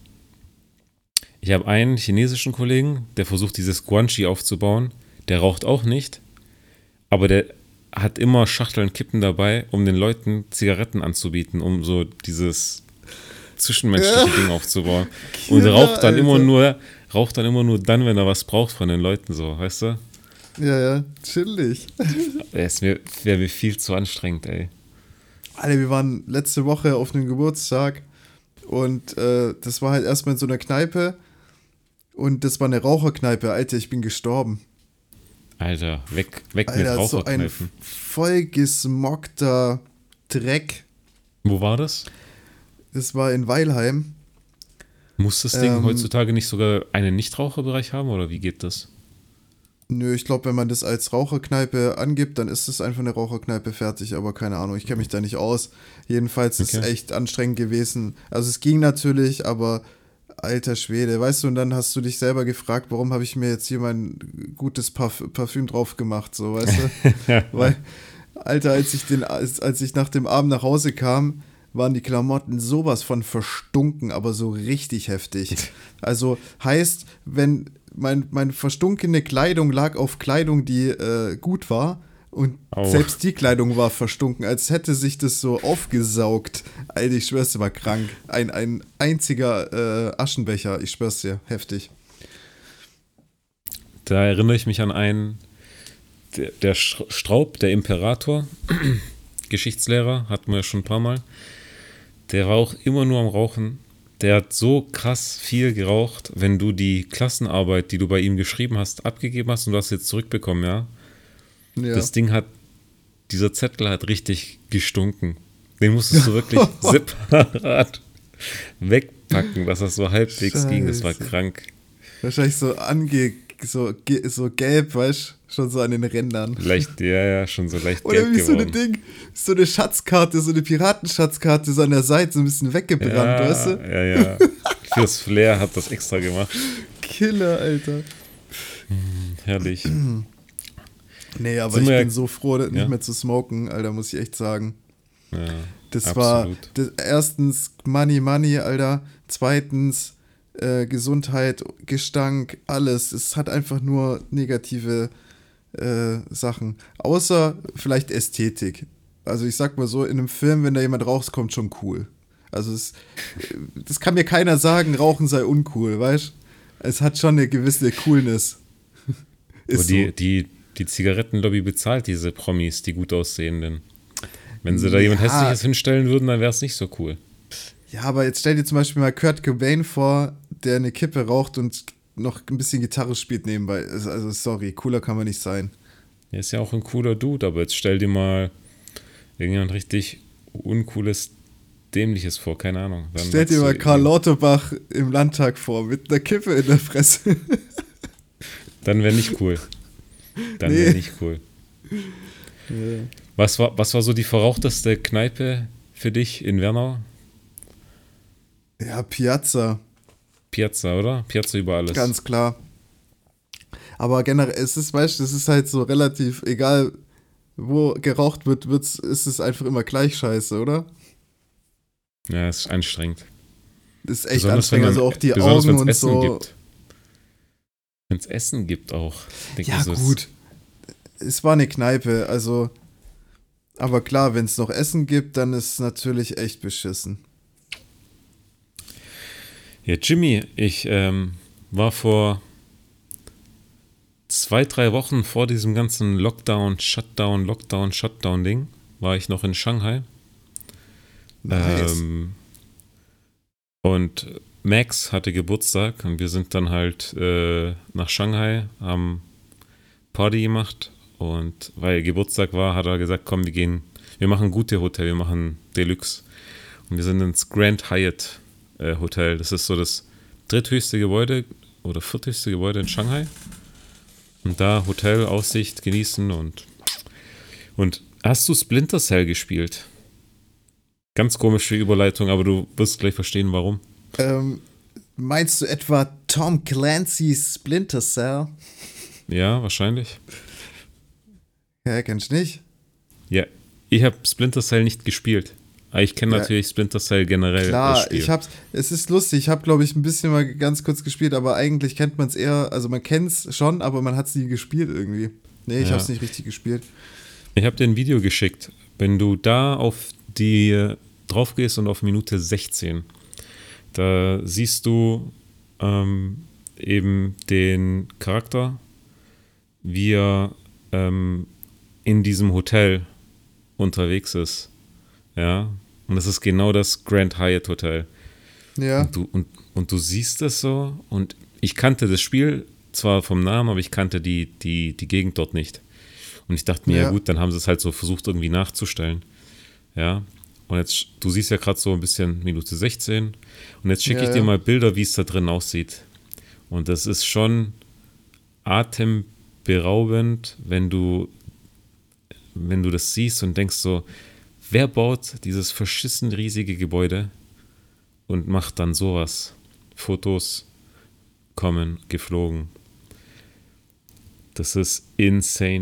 B: ich habe einen chinesischen Kollegen, der versucht, dieses Guanji aufzubauen. Der raucht auch nicht, aber der hat immer Schachteln Kippen dabei, um den Leuten Zigaretten anzubieten, um so dieses zwischenmenschliche Ding aufzubauen. Und raucht dann immer nur dann, wenn er was braucht von den Leuten, so, weißt du?
C: Ja, chillig.
B: Es wäre mir viel zu anstrengend, ey.
C: Alter, wir waren letzte Woche auf einem Geburtstag und das war halt erstmal in so einer Kneipe und das war eine Raucherkneipe. Alter, ich bin gestorben.
B: Alter, weg mit
C: Alter,
B: Raucherkneipen.
C: so ein vollgesmockter Dreck.
B: Wo war das?
C: Das war in Weilheim.
B: Muss das Ding heutzutage nicht sogar einen Nichtraucherbereich haben oder wie geht das?
C: Nö, ich glaube, wenn man das als Raucherkneipe angibt, dann ist es einfach eine Raucherkneipe fertig, aber keine Ahnung, ich kenne mich da nicht aus. Jedenfalls ist es echt anstrengend gewesen. Also es ging natürlich, aber alter Schwede, weißt du, und dann hast du dich selber gefragt, warum habe ich mir jetzt hier mein gutes Parfüm drauf gemacht, so, weißt du? Weil, Alter, als ich nach dem Abend nach Hause kam, waren die Klamotten sowas von verstunken, aber so richtig heftig. Also heißt, wenn meine verstunkene Kleidung lag auf Kleidung, die gut war und selbst die Kleidung war verstunken, als hätte sich das so aufgesaugt. Alter, ich schwör's dir, war krank. Ein einziger Aschenbecher, ich schwör's dir, heftig.
B: Da erinnere ich mich an einen, der Straub, der Imperator, Geschichtslehrer, hatten wir schon ein paar Mal. Der war auch immer nur am Rauchen. Der hat so krass viel geraucht, wenn du die Klassenarbeit, die du bei ihm geschrieben hast, abgegeben hast und du hast jetzt zurückbekommen, ja? Das Ding dieser Zettel hat richtig gestunken. Den musstest du wirklich separat wegpacken, dass das so halbwegs ging. Das war krank.
C: Wahrscheinlich so so gelb, weißt du, schon so an den Rändern.
B: Leicht, ja, schon so leicht
C: Oder
B: gelb
C: wie so
B: geworden.
C: so eine Schatzkarte, so eine Piratenschatzkarte, so an der Seite so ein bisschen weggebrannt, weißt du?
B: Ja. Fürs Flair hat das extra gemacht.
C: Killer, Alter.
B: Herrlich.
C: Nee, aber
B: Sind
C: ich
B: wir
C: bin so froh, nicht
B: ja?
C: mehr zu smoken, Alter, muss ich echt sagen.
B: Ja,
C: Das
B: absolut.
C: war erstens Money, Alter. Zweitens Gesundheit, Gestank, alles. Es hat einfach nur negative Sachen. Außer vielleicht Ästhetik. Also ich sag mal so, in einem Film, wenn da jemand raucht, kommt schon cool. Also das kann mir keiner sagen, Rauchen sei uncool, weißt du? Es hat schon eine gewisse Coolness.
B: Aber
C: Ist so.
B: die Zigarettenlobby bezahlt diese Promis, die gut aussehenden. Wenn sie da jemand Hässliches hinstellen würden, dann wäre es nicht so cool.
C: Ja, aber jetzt stell dir zum Beispiel mal Kurt Cobain vor, der eine Kippe raucht und noch ein bisschen Gitarre spielt nebenbei. Also sorry, cooler kann man nicht sein.
B: Er ist ja auch ein cooler Dude, aber jetzt stell dir mal irgendjemand richtig uncooles, dämliches vor, keine Ahnung. Dann
C: Stell dir
B: hat's
C: mal
B: so
C: Karl
B: irgendwie-
C: Lauterbach im Landtag vor, mit einer Kippe in der Fresse.
B: Dann wäre nicht cool. Dann
C: Nee.
B: wäre nicht cool. Was war so die verrauchteste Kneipe für dich in Wernau?
C: Ja, Piazza,
B: Piazza, oder? Piazza über alles.
C: ganz klar. Aber generell, weißt du, es ist halt so relativ, egal wo geraucht wird, ist es einfach immer gleich scheiße, oder?
B: Ja, ist anstrengend.
C: Das ist echt
B: Besonders
C: anstrengend,
B: wenn
C: also
B: man-
C: auch die
B: besonders
C: Augen
B: wenn's
C: und
B: Essen
C: so.
B: gibt. Wenn es Essen gibt auch. Denk
C: Ja,
B: ich so,
C: gut. Es war eine Kneipe, also. Aber klar, wenn es noch Essen gibt, dann ist es natürlich echt beschissen.
B: Ja, Jimmy, ich war vor 2-3 Wochen vor diesem ganzen Lockdown-Shutdown-Ding, war ich noch in Shanghai.
C: Nice.
B: Und Max hatte Geburtstag und wir sind dann halt nach Shanghai, haben Party gemacht und weil Geburtstag war, hat er gesagt, komm, wir machen gute Hotel, wir machen Deluxe. Und wir sind ins Grand Hyatt Hotel. Das ist so das dritthöchste Gebäude oder vierthöchste Gebäude in Shanghai. Und da Hotel, Aussicht genießen und hast du Splinter Cell gespielt? Ganz komische Überleitung, aber du wirst gleich verstehen, warum.
C: Meinst du etwa Tom Clancy's Splinter Cell?
B: Ja, wahrscheinlich.
C: Ja, kennst du nicht?
B: Ja, ich habe Splinter Cell nicht gespielt. Aber ich kenne
C: Ja.
B: natürlich Splinter Cell generell. das
C: Klar,
B: Spiel.
C: es ist lustig, ich habe, glaube ich, ein bisschen mal ganz kurz gespielt, aber eigentlich kennt man es eher, also man kennt es schon, aber man hat es nie gespielt irgendwie. Nee, ich
B: Ja.
C: habe es nicht richtig gespielt.
B: Ich habe dir ein Video geschickt. Wenn du da auf die drauf gehst und auf Minute 16, da siehst du eben den Charakter, wie er in diesem Hotel unterwegs ist. Ja, und das ist genau das Grand Hyatt Hotel.
C: Ja,
B: Und du siehst das so und ich kannte das Spiel zwar vom Namen, aber ich kannte die Gegend dort nicht. Und ich dachte mir, ja
C: Ja.
B: gut, dann haben sie es halt so versucht irgendwie nachzustellen. Ja, und jetzt, du siehst ja gerade so ein bisschen Minute 16 und jetzt schicke
C: Ja,
B: ich dir
C: ja.
B: mal Bilder, wie es da drin aussieht. Und das ist schon atemberaubend, wenn du das siehst und denkst so, wer baut dieses verschissen riesige Gebäude und macht dann sowas? Fotos kommen geflogen. Das ist insane.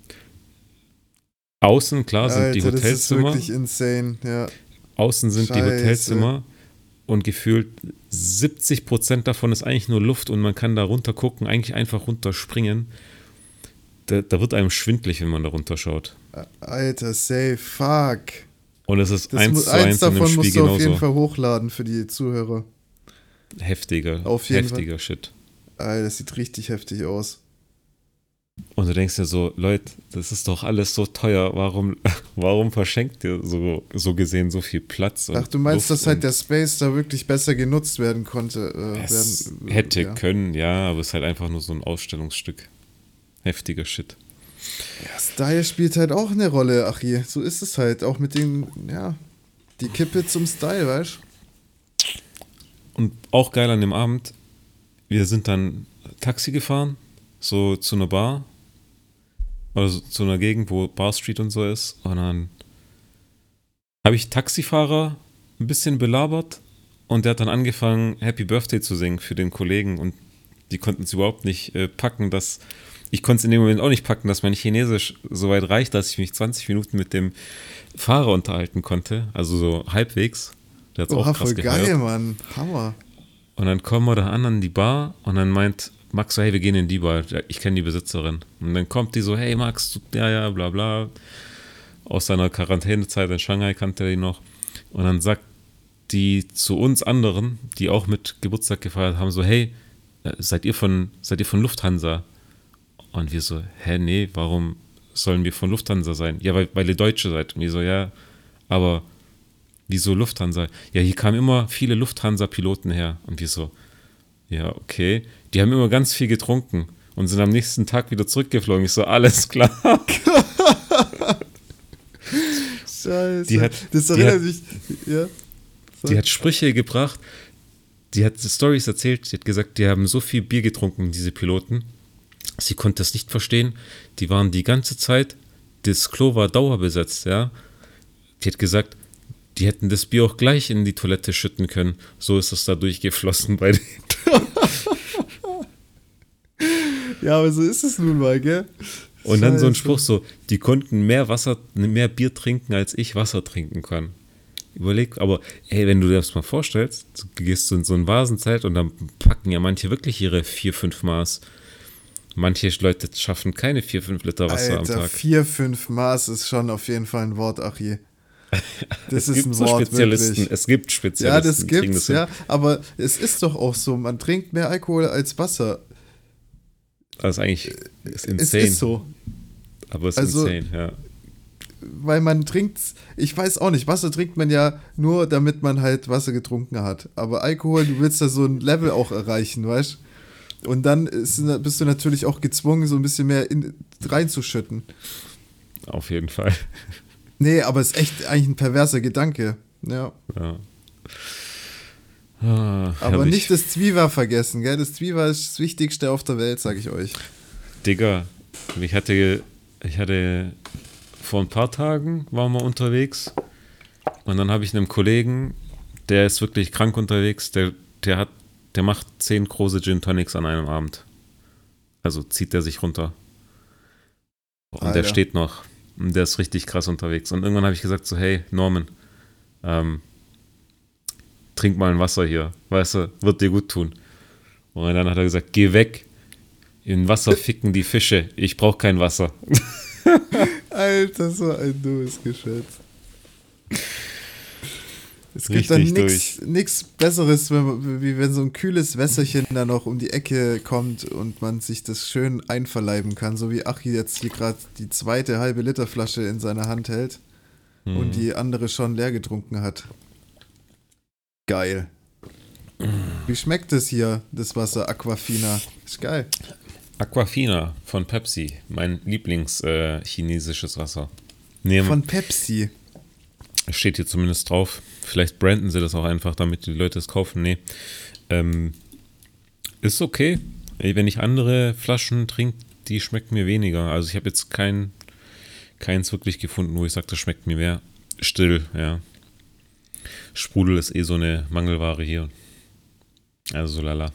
B: Außen, klar, sind die
C: Alter, das ist
B: Hotelzimmer.
C: wirklich insane, ja.
B: Außen sind die
C: Scheiße.
B: Hotelzimmer und gefühlt 70% davon ist eigentlich nur Luft und man kann da runter gucken, eigentlich einfach runterspringen. Da wird einem schwindlig, wenn man da runterschaut.
C: Alter, safe, fuck.
B: Und es ist
C: Das
B: 1
C: muss,
B: zu
C: eins
B: 1 in dem
C: davon
B: Spiel
C: musst du auf jeden
B: genauso.
C: Fall hochladen für die Zuhörer.
B: Heftiger
C: Auf jeden
B: Shit.
C: Alter, das sieht richtig heftig aus.
B: Und du denkst dir so, Leute, das ist doch alles so teuer. Warum verschenkt ihr so gesehen so viel Platz? Und
C: Ach, du meinst,
B: Luft
C: dass halt
B: und
C: der Space da wirklich besser genutzt werden konnte?
B: es hätte
C: ja.
B: können, ja, aber es ist halt einfach nur so ein Ausstellungsstück. Heftiger Shit.
C: Ja, Style spielt halt auch eine Rolle, Achi. So ist es halt. Auch mit den, ja, die Kippe zum Style, weißt du?
B: Und auch geil an dem Abend, wir sind dann Taxi gefahren so zu einer Bar, oder so, zu einer Gegend, wo Bar Street und so ist. Und dann habe ich Taxifahrer ein bisschen belabert und der hat dann angefangen, Happy Birthday zu singen für den Kollegen und die konnten es überhaupt nicht packen, dass ich konnte es in dem Moment auch nicht packen, dass mein Chinesisch so weit reicht, dass ich mich 20 Minuten mit dem Fahrer unterhalten konnte, also so halbwegs. Der hat es auch krass
C: voll
B: gefeiert.
C: geil, Mann. Hammer.
B: Und dann kommen wir da an die Bar und dann meint Max so, hey, wir gehen in die Bar, ich kenne die Besitzerin. Und dann kommt die so, hey Max, ja, bla bla. Aus seiner Quarantänezeit in Shanghai kannte er die noch. Und dann sagt die zu uns anderen, die auch mit Geburtstag gefeiert haben, so, hey, seid ihr von Lufthansa? Und wir so, nee, warum sollen wir von Lufthansa sein? Ja, weil ihr Deutsche seid. Und wir so, ja, aber wieso Lufthansa? Ja, hier kamen immer viele Lufthansa-Piloten her. Und wir so, ja, okay. Die haben immer ganz viel getrunken und sind am nächsten Tag wieder zurückgeflogen. Ich so, alles klar.
C: Scheiße. Das erinnert mich, ja.
B: Die hat Sprüche gebracht, die hat Storys erzählt, die hat gesagt, die haben so viel Bier getrunken, diese Piloten. Sie konnte das nicht verstehen. Die waren die ganze Zeit, das Klo war dauerbesetzt, ja. Die hat gesagt, die hätten das Bier auch gleich in die Toilette schütten können. So ist es da durchgeflossen bei denen.
C: Ja, aber so ist es nun mal, gell?
B: Und dann so ein Spruch so, die konnten mehr Bier trinken, als ich Wasser trinken kann. Überleg, aber ey, wenn du dir das mal vorstellst, du gehst in so ein Vasenzelt und dann packen ja manche wirklich ihre 4-5 Maß. Manche Leute schaffen keine 4-5 Liter Wasser
C: Alter,
B: am Tag.
C: 4-5 Maß ist schon auf jeden Fall ein Wort, Achi. Das
B: es
C: ist ein Wort,
B: Spezialisten.
C: wirklich.
B: Es gibt Spezialisten.
C: Ja, das
B: die kriegen
C: gibt's,
B: das
C: ja. Aber es ist doch auch so, man trinkt mehr Alkohol als Wasser.
B: Das ist eigentlich insane.
C: Es ist so.
B: Aber es ist
C: Also,
B: insane, ja.
C: Weil man trinkt, ich weiß auch nicht, Wasser trinkt man ja nur, damit man halt Wasser getrunken hat. Aber Alkohol, du willst da so ein Level auch erreichen, weißt du? Und dann bist du natürlich auch gezwungen, so ein bisschen mehr reinzuschütten.
B: Auf jeden Fall.
C: Nee, aber es ist echt eigentlich ein perverser Gedanke. Ja. Aber nicht das Zwieber vergessen, gell? Das Zwieber ist das Wichtigste auf der Welt, sag ich euch.
B: Digga, ich hatte vor ein paar Tagen waren wir unterwegs und dann habe ich einem Kollegen, der ist wirklich krank unterwegs, der macht 10 große Gin Tonics an einem Abend. Also zieht der sich runter. Und
C: Alter.
B: Der steht noch. Und der ist richtig krass unterwegs. Und irgendwann habe ich gesagt so, hey, Norman, trink mal ein Wasser hier. Weißt du, wird dir gut tun. Und dann hat er gesagt, geh weg. In Wasser ficken die Fische. Ich brauche kein Wasser.
C: Alter, so ein dummes Geschäft. Es gibt
B: Richtig
C: dann nichts Besseres, wie wenn so ein kühles Wässerchen da noch um die Ecke kommt und man sich das schön einverleiben kann, so wie Achi jetzt hier gerade die zweite halbe Liter Flasche in seiner Hand hält und die andere schon leer getrunken hat. Geil. Wie schmeckt es hier, das Wasser Aquafina? Ist geil.
B: Aquafina von Pepsi, mein Lieblings-chinesisches Wasser.
C: Von Pepsi.
B: Steht hier zumindest drauf. Vielleicht branden sie das auch einfach, damit die Leute es kaufen. Nee. Ist okay. Wenn ich andere Flaschen trinke, die schmecken mir weniger. Also ich habe jetzt keins wirklich gefunden, wo ich sage, das schmeckt mir mehr. Still, ja. Sprudel ist so eine Mangelware hier. Also so lala.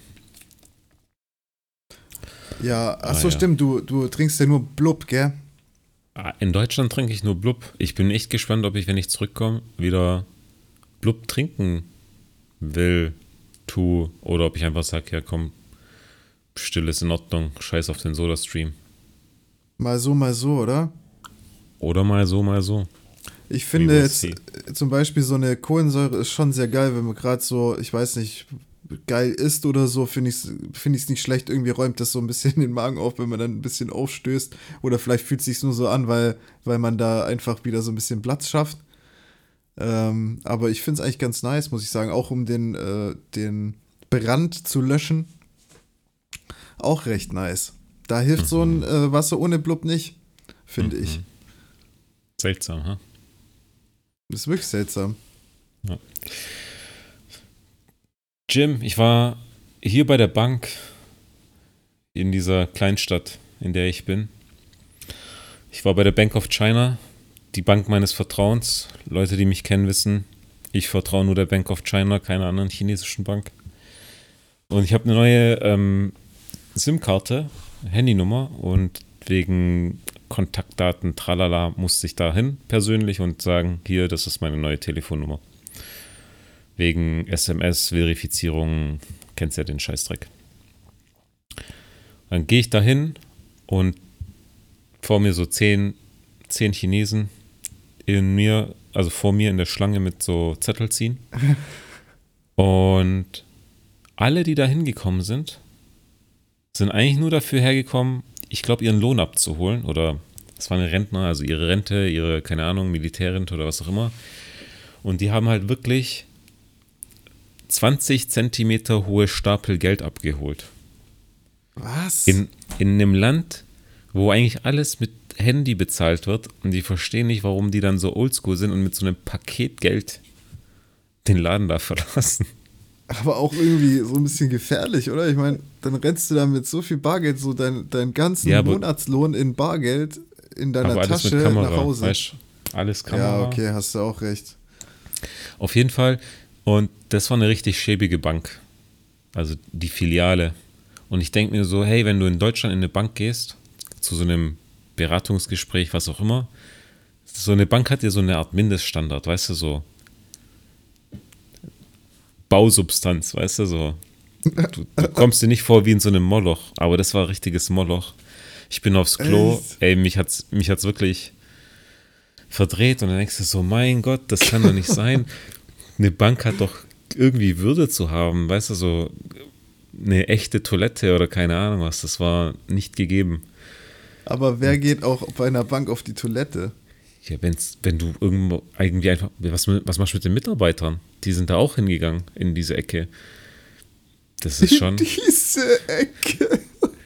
C: Ja, achso, stimmt, du trinkst ja nur Blub, gell?
B: In Deutschland trinke ich nur Blub. Ich bin echt gespannt, ob ich, wenn ich zurückkomme, wieder Blub trinken will, oder ob ich einfach sage, ja komm, still ist in Ordnung, scheiß auf den Soda-Stream.
C: Mal so, oder?
B: Oder mal so.
C: Ich finde jetzt zum Beispiel so eine Kohlensäure ist schon sehr geil, wenn man gerade so, ich weiß nicht, geil isst oder so, finde ich es nicht schlecht. Irgendwie räumt das so ein bisschen den Magen auf, wenn man dann ein bisschen aufstößt. Oder vielleicht fühlt es sich nur so an, weil man da einfach wieder so ein bisschen Platz schafft. Aber ich finde es eigentlich ganz nice, muss ich sagen. Auch um den Brand zu löschen. Auch recht nice. Da hilft so ein Wasser ohne Blub nicht, finde ich.
B: Seltsam, ha?
C: Das ist wirklich seltsam.
B: Ja. Jim, ich war hier bei der Bank. in dieser Kleinstadt, in der ich bin. Ich war bei der Bank of China, die Bank meines Vertrauens. Leute, die mich kennen, wissen, ich vertraue nur der Bank of China, keiner anderen chinesischen Bank. Und ich habe eine neue SIM-Karte, Handynummer, und wegen Kontaktdaten, tralala, musste ich da hin persönlich und sagen, hier, das ist meine neue Telefonnummer. Wegen SMS-Verifizierung, kennst ja den Scheißdreck. Dann gehe ich da hin und vor mir so 10 Chinesen vor mir in der Schlange mit so Zettel ziehen. Und alle, die da hingekommen sind eigentlich nur dafür hergekommen, ich glaube, ihren Lohn abzuholen. Oder es waren Rentner, also ihre Rente, ihre, keine Ahnung, Militärrente oder was auch immer. Und die haben halt wirklich 20 Zentimeter hohe Stapel Geld abgeholt.
C: Was?
B: In einem Land, wo eigentlich alles mit Handy bezahlt wird, und die verstehen nicht, warum die dann so oldschool sind und mit so einem Paket Geld den Laden da verlassen.
C: Aber auch irgendwie so ein bisschen gefährlich, oder? Ich meine, dann rennst du da mit so viel Bargeld, so deinen ganzen Monatslohn in Bargeld in deiner Tasche
B: mit Kamera,
C: nach Hause.
B: Weißt, alles Kamera.
C: Ja, okay, hast du auch recht.
B: Auf jeden Fall. Und das war eine richtig schäbige Bank. Also die Filiale. Und ich denke mir so, hey, wenn du in Deutschland in eine Bank gehst, zu so einem Beratungsgespräch, was auch immer, so eine Bank hat ja so eine Art Mindeststandard, weißt du, so Bausubstanz, weißt du, so. Du kommst dir nicht vor wie in so einem Moloch, aber das war ein richtiges Moloch. Ich bin aufs Klo, ey, mich hat's wirklich verdreht und dann denkst du so, mein Gott, das kann doch nicht sein. Eine Bank hat doch irgendwie Würde zu haben, weißt du, so eine echte Toilette oder keine Ahnung was, das war nicht gegeben.
C: Aber wer geht auch bei einer Bank auf die Toilette?
B: Ja, wenn du irgendwo irgendwie einfach, was machst du mit den Mitarbeitern? Die sind da auch hingegangen in diese Ecke. Das ist schon.
C: Diese Ecke.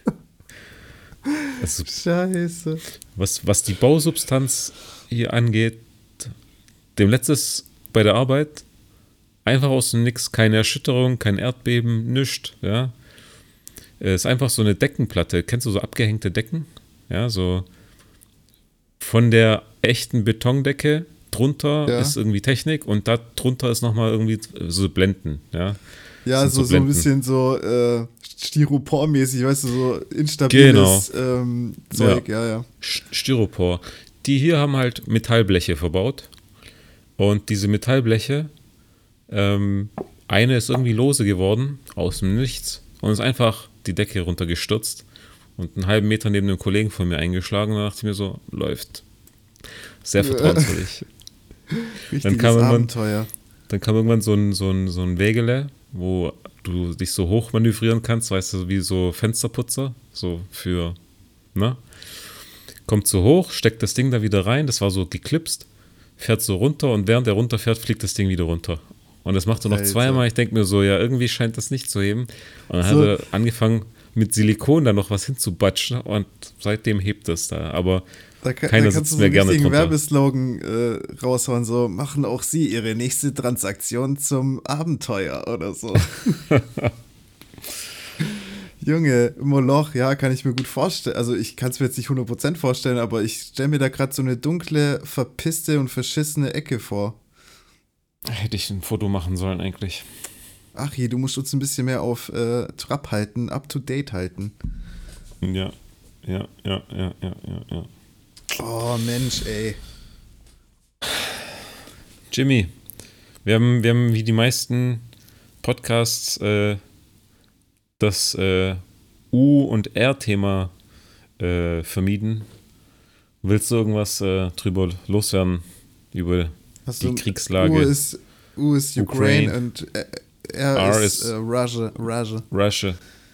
B: Also,
C: Scheiße.
B: Was die Bausubstanz hier angeht, dem letztes bei der Arbeit, einfach aus dem Nix, keine Erschütterung, kein Erdbeben, nichts, ja. Es ist einfach so eine Deckenplatte. Kennst du so abgehängte Decken? Ja, so von der echten Betondecke drunter ist irgendwie Technik und da drunter ist nochmal irgendwie so Blenden, ja.
C: Ja, so ein bisschen so Styropor-mäßig, weißt du, so instabiles Zeug, ja.
B: Styropor. Die hier haben halt Metallbleche verbaut und diese Metallbleche, eine ist irgendwie lose geworden, aus dem Nichts, und ist einfach die Decke runtergestürzt und einen halben Meter neben einem Kollegen von mir eingeschlagen, und da dachte ich mir so, läuft. Sehr vertrauenswürdig.
C: Richtiges Abenteuer.
B: Dann kam irgendwann so ein Wägele, wo du dich so hoch manövrieren kannst, weißt du, wie so Fensterputzer, so für, kommt so hoch, steckt das Ding da wieder rein, das war so geklipst, fährt so runter und während er runterfährt, fliegt das Ding wieder runter. Und das macht er noch zweimal, ich denke mir so, ja, irgendwie scheint das nicht zu heben. Und dann hat er angefangen, mit Silikon da noch was hinzubatschen und seitdem hebt es da, aber keiner sitzt mehr gerne drunter. Da kannst du so einen
C: Werbeslogan raushauen, so, machen auch Sie Ihre nächste Transaktion zum Abenteuer oder so. Junge, Moloch, ja, kann ich mir gut vorstellen. Also ich kann es mir jetzt nicht 100% vorstellen, aber ich stelle mir da gerade so eine dunkle, verpisste und verschissene Ecke vor.
B: Hätte ich ein Foto machen sollen eigentlich.
C: Ach je, du musst uns ein bisschen mehr auf Trab halten, up to date halten.
B: Ja.
C: Oh Mensch, ey.
B: Jimmy, wir haben wie die meisten Podcasts das U- und R-Thema vermieden. Willst du irgendwas drüber loswerden, über die Kriegslage?
C: U ist Ukraine und R ist Russia.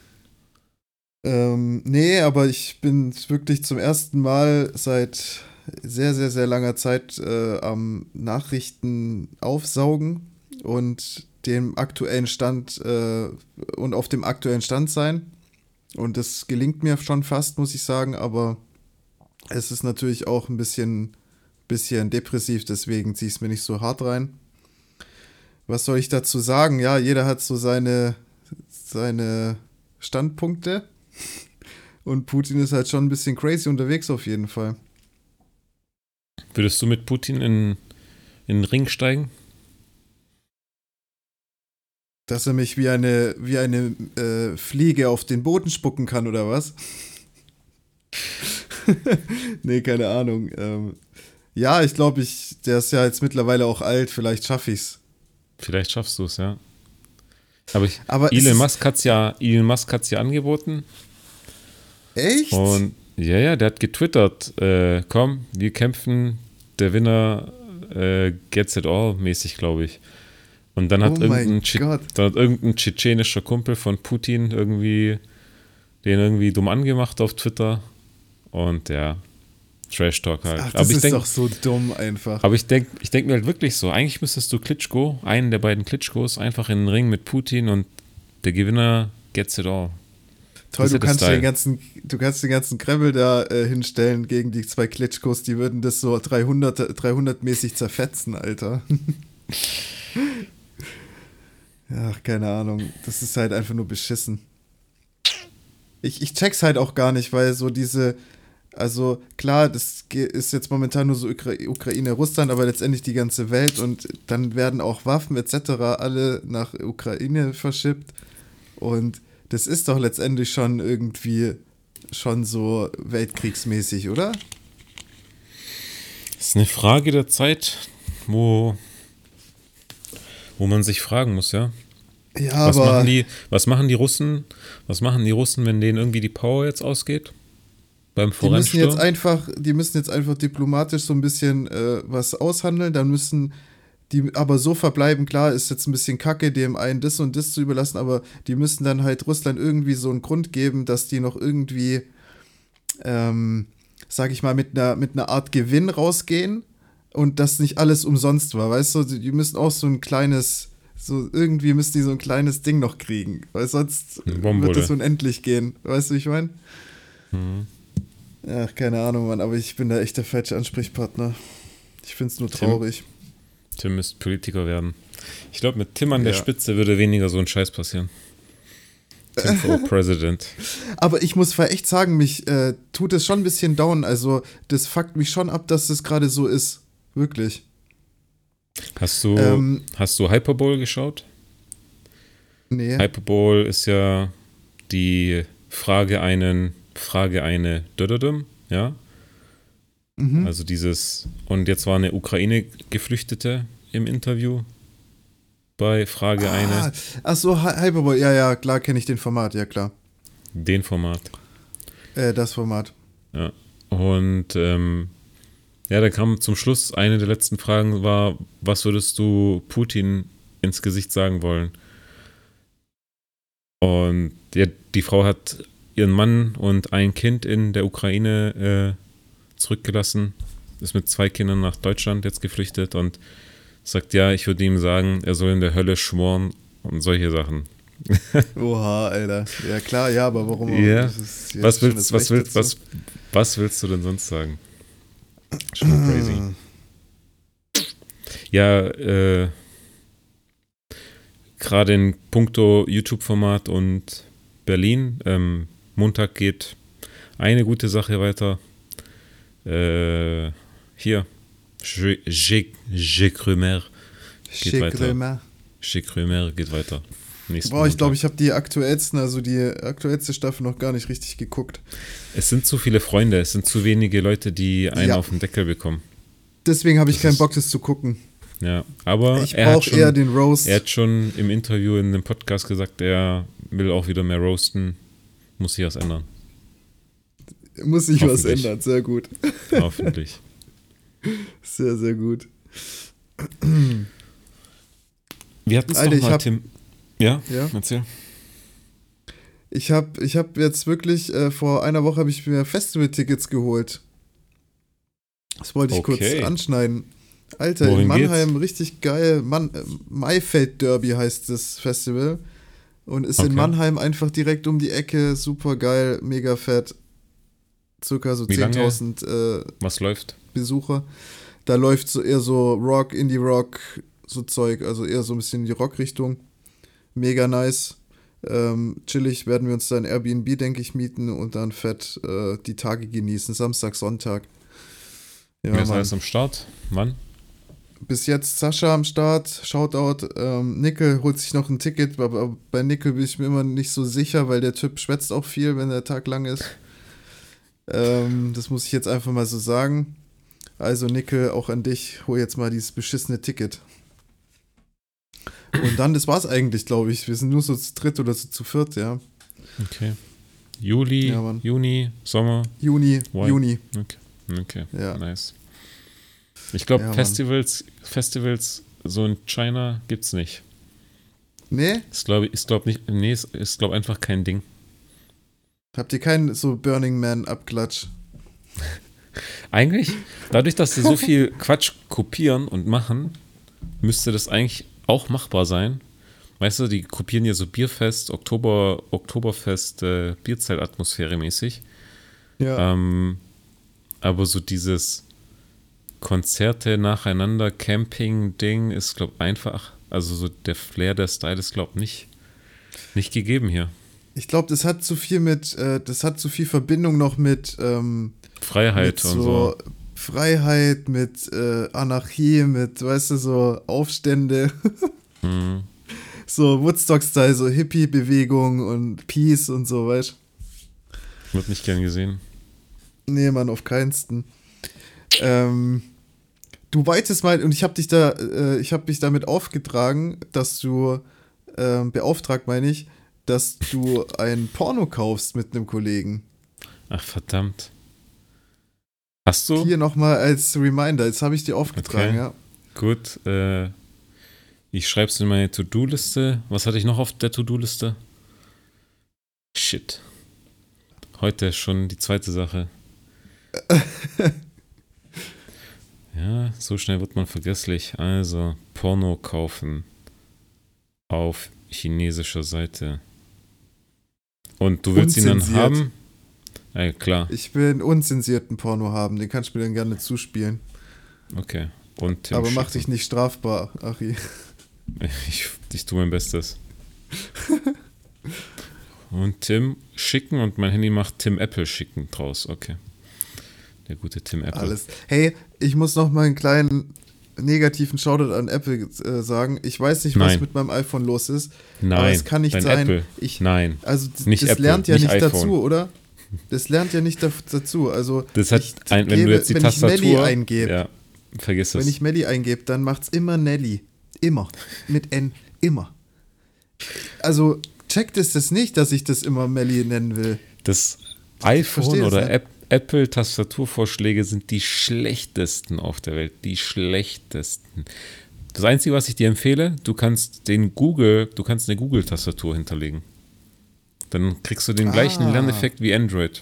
C: Nee, aber ich bin wirklich zum ersten Mal seit sehr, sehr, sehr langer Zeit am Nachrichten aufsaugen und dem aktuellen Stand und auf dem aktuellen Stand sein. Und das gelingt mir schon fast, muss ich sagen, aber es ist natürlich auch ein bisschen depressiv, deswegen ziehe ich es mir nicht so hart rein. Was soll ich dazu sagen? Ja, jeder hat so seine Standpunkte. Und Putin ist halt schon ein bisschen crazy unterwegs auf jeden Fall.
B: Würdest du mit Putin in den Ring steigen?
C: Dass er mich wie eine Fliege auf den Boden spucken kann, oder was? Nee, keine Ahnung. Ja, ich glaube, der ist ja jetzt mittlerweile auch alt, vielleicht schaffe ich's.
B: Vielleicht schaffst du es, ja.
C: Aber
B: Elon Musk hat's ja angeboten.
C: Echt?
B: Und ja, der hat getwittert, komm, wir kämpfen, der Winner gets it all mäßig, glaube ich. Und dann hat irgendein tschetschenischer Kumpel von Putin den irgendwie dumm angemacht auf Twitter. Und ja, Trash Talk halt.
C: Ach, das ist doch so dumm einfach.
B: Aber ich denk mir halt wirklich so, eigentlich müsstest du Klitschko, einen der beiden Klitschkos, einfach in den Ring mit Putin und der Gewinner gets it all.
C: Toll, du kannst den ganzen Kreml da hinstellen gegen die zwei Klitschkos, die würden das so 300-mäßig zerfetzen, Alter. Ach, keine Ahnung. Das ist halt einfach nur beschissen. Ich check's halt auch gar nicht, weil so also klar, das ist jetzt momentan nur so Ukraine, Russland, aber letztendlich die ganze Welt und dann werden auch Waffen etc. alle nach Ukraine verschippt und das ist doch letztendlich schon irgendwie schon so weltkriegsmäßig, oder?
B: Das ist eine Frage der Zeit, wo man sich fragen muss, ja.
C: Ja,
B: was machen die Russen, wenn denen irgendwie die Power jetzt ausgeht? Beim Forensturm?
C: Die müssen jetzt einfach diplomatisch so ein bisschen was aushandeln, dann müssen die aber so verbleiben, klar, ist jetzt ein bisschen kacke, dem einen das und das zu überlassen, aber die müssen dann halt Russland irgendwie so einen Grund geben, dass die noch irgendwie, sag ich mal, mit einer Art Gewinn rausgehen und das nicht alles umsonst war, weißt du, die müssen auch so ein kleines, irgendwie müssen die so ein kleines Ding noch kriegen, weil sonst wird es unendlich gehen, weißt du, wie ich meine? Ach, keine Ahnung, Mann, aber ich bin da echt der falsche Ansprechpartner. Ich find's nur traurig.
B: Tim müsste Politiker werden. Ich glaube, mit Tim an der Spitze würde weniger so ein Scheiß passieren. Tim for President.
C: Aber ich muss echt sagen, mich tut es schon ein bisschen down. Also, das fuckt mich schon ab, dass das gerade so ist. Wirklich.
B: Hast du Hyperbole geschaut?
C: Nee.
B: Hyperbole ist ja die Frage eine Dödödüm, ja? Mhm. Also und jetzt war eine Ukraine-Geflüchtete im Interview bei Frage eine.
C: Ach so, Hyperbole, ja, klar kenne ich den Format, ja klar.
B: Den Format.
C: Das Format.
B: Ja, und da kam zum Schluss, eine der letzten Fragen war, was würdest du Putin ins Gesicht sagen wollen? Und die Frau hat ihren Mann und ein Kind in der Ukraine zurückgelassen, ist mit 2 Kindern nach Deutschland jetzt geflüchtet und sagt, ja, ich würde ihm sagen, er soll in der Hölle schmoren und solche Sachen.
C: Oha, Alter. Ja klar, ja, aber warum?
B: Ja. Was willst du denn sonst sagen? Schon crazy. Ja, gerade in puncto YouTube-Format und Berlin, Montag geht eine gute Sache weiter. Hier, J'ai Crumer geht weiter. J'ai Crumer geht weiter.
C: Boah, ich glaube, ich habe die aktuellste Staffel noch gar nicht richtig geguckt.
B: Es sind zu viele Freunde, es sind zu wenige Leute, die einen auf den Deckel bekommen.
C: Deswegen habe ich keinen Bock, das zu gucken.
B: Ja, aber
C: ich brauche eher den Roast.
B: Er hat schon im Interview in dem Podcast gesagt, er will auch wieder mehr roasten. Muss sich was ändern.
C: Muss sich was ändern, sehr gut.
B: Hoffentlich.
C: Sehr, sehr gut.
B: Wir hatten es doch mal, Tim. Ja, erzähl.
C: Ich hab jetzt wirklich, vor einer Woche habe ich mir Festival-Tickets geholt. Das wollte ich kurz anschneiden. Alter,
B: wohin
C: in Mannheim,
B: geht's?
C: richtig geil. Maifeld Derby heißt das Festival. Und ist in Mannheim einfach direkt um die Ecke. Super geil, mega fett. Circa so 10.000
B: was läuft?
C: Besucher. Da läuft so eher so Rock, Indie-Rock, so Zeug. Also eher so ein bisschen in die Rock-Richtung. Mega nice. Chillig werden wir uns dann Airbnb, denke ich, mieten und dann fett die Tage genießen. Samstag, Sonntag. Ja,
B: Wer ist
C: Mann.
B: alles am Start? Wann?
C: Bis jetzt Sascha am Start, Shoutout. Nickel holt sich noch ein Ticket, aber bei Nickel bin ich mir immer nicht so sicher, weil der Typ schwätzt auch viel, wenn der Tag lang ist. Das muss ich jetzt einfach mal so sagen. Also Nickel, auch an dich, hol jetzt mal dieses beschissene Ticket. Und dann, das war's eigentlich, glaube ich. Wir sind nur so zu dritt oder so zu viert, ja.
B: Okay. Juli,
C: Ja, Mann.
B: Juni, Sommer.
C: Juni.
B: Okay,
C: Ja.
B: Nice. Ich glaube,
C: Ja, Mann.
B: Festivals so in China gibt's nicht.
C: Nee?
B: Ist glaube einfach kein Ding.
C: Habt ihr keinen so Burning Man Abklatsch?
B: Eigentlich, dadurch, dass sie so viel Quatsch kopieren und machen, müsste das eigentlich auch machbar sein. Weißt du, die kopieren ja so Bierfest, Oktoberfest, Bierzeltatmosphäre mäßig.
C: Ja.
B: Aber so dieses Konzerte nacheinander, Camping-Ding ist, glaube ich, einfach, also so der Flair, der Style ist, glaube ich, nicht gegeben hier.
C: Ich glaube, das hat zu viel Verbindung noch mit
B: Freiheit
C: mit
B: und so.
C: Freiheit, mit Anarchie, mit, weißt du, so Aufstände.
B: Mhm.
C: So Woodstock-Style, so Hippie-Bewegung und Peace und so, weißt du?
B: Wird nicht gern gesehen.
C: Nee, Mann, auf keinsten. Du wolltest mal, und ich habe mich damit aufgetragen, dass du, beauftragt meine ich, dass du ein Porno kaufst mit einem Kollegen.
B: Ach, verdammt. Hast du?
C: Hier nochmal als Reminder, jetzt habe ich dir aufgetragen,
B: Okay.
C: ja.
B: Gut, ich schreibe es in meine To-Do-Liste. Was hatte ich noch auf der To-Do-Liste? Shit. Heute schon die zweite Sache. Ja, so schnell wird man vergesslich. Also, Porno kaufen auf chinesischer Seite. Und du willst ihn dann
C: Unzensiert.
B: haben? Ja, klar.
C: Ich will einen unzensierten Porno haben, den kannst du mir dann gerne zuspielen.
B: Okay. Und Tim
C: Aber mach
B: schicken.
C: dich nicht strafbar, Achi.
B: Ich tue mein Bestes. Und Tim schicken und mein Handy macht Tim Apple schicken draus. Okay. Der gute Tim Apple.
C: Alles. Hey, ich muss noch mal einen kleinen negativen Shoutout an Apple sagen. Ich weiß nicht, was
B: Nein.
C: mit meinem iPhone los ist.
B: Nein,
C: aber es kann nicht
B: dein
C: sein.
B: Apple. Nein.
C: Also
B: Nicht
C: das
B: Apple,
C: lernt ja
B: nicht
C: nicht
B: iPhone.
C: dazu, oder? Das lernt ja nicht dazu. Also
B: Das hat wenn du jetzt die
C: wenn ich Melli
B: Tastatur
C: eingebe,
B: ja, vergiss
C: wenn
B: es.
C: ich Melli eingebe, dann macht's immer Nelly. Immer. Mit N. Immer. Also checkt es das nicht, dass ich das immer Melli nennen will.
B: Das
C: verstehe
B: iPhone
C: es
B: oder
C: nicht.
B: Apple-Tastaturvorschläge sind die schlechtesten auf der Welt. Die schlechtesten. Das Einzige, was ich dir empfehle, du kannst eine Google-Tastatur hinterlegen. Dann kriegst du den gleichen Lerneffekt wie Android.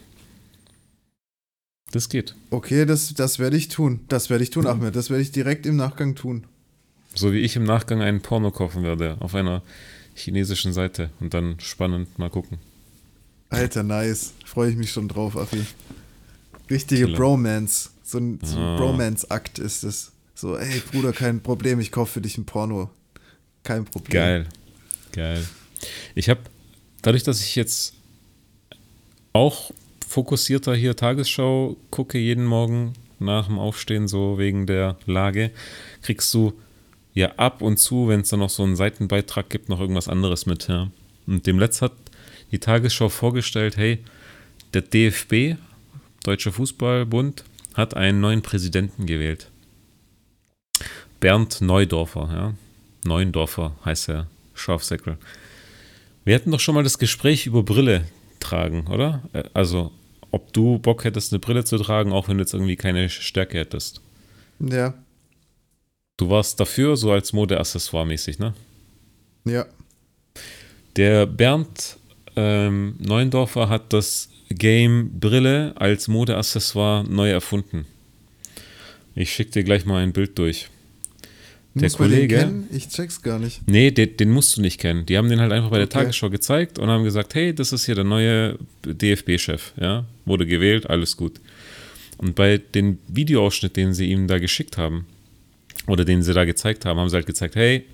B: Das geht.
C: Okay, das werde ich tun. Das werde ich tun, Ahmed. Das werde ich direkt im Nachgang tun.
B: So wie ich im Nachgang einen Porno kaufen werde auf einer chinesischen Seite. Und dann spannend mal gucken.
C: Alter, nice. Freue ich mich schon drauf, Affi. Richtige
B: Killer.
C: Bromance. So ein Bromance-Akt ist es. So, ey, Bruder, kein Problem, ich kaufe für dich ein Porno. Kein Problem.
B: Geil. Ich habe, dadurch, dass ich jetzt auch fokussierter hier Tagesschau gucke, jeden Morgen nach dem Aufstehen, so wegen der Lage, kriegst du ja ab und zu, wenn es dann noch so einen Seitenbeitrag gibt, noch irgendwas anderes mit. Ja. Und demletzt hat die Tagesschau vorgestellt, hey, der DFB, Deutscher Fußballbund, hat einen neuen Präsidenten gewählt. Bernd Neudorfer, ja. Neuendorfer heißt er, Scharfsäckel. Wir hatten doch schon mal das Gespräch über Brille tragen, oder? Also, ob du Bock hättest, eine Brille zu tragen, auch wenn du jetzt irgendwie keine Stärke hättest.
C: Ja,
B: Du warst dafür, so als Modeaccessoire mäßig, ne?
C: ja.
B: Der Bernd Neuendorfer hat das Game Brille als Modeaccessoire neu erfunden. Ich schicke dir gleich mal ein Bild durch. Der
C: Muss man den
B: Kollege.
C: kennen? Ich check's gar nicht.
B: Nee, den musst du nicht kennen. Die haben den halt einfach bei der
C: Okay.
B: Tagesschau gezeigt und haben gesagt, hey, das ist hier der neue DFB-Chef, ja, wurde gewählt, alles gut. Und bei dem Videoausschnitt, den sie ihm da geschickt haben, oder den sie da gezeigt haben, haben sie halt gezeigt, hey,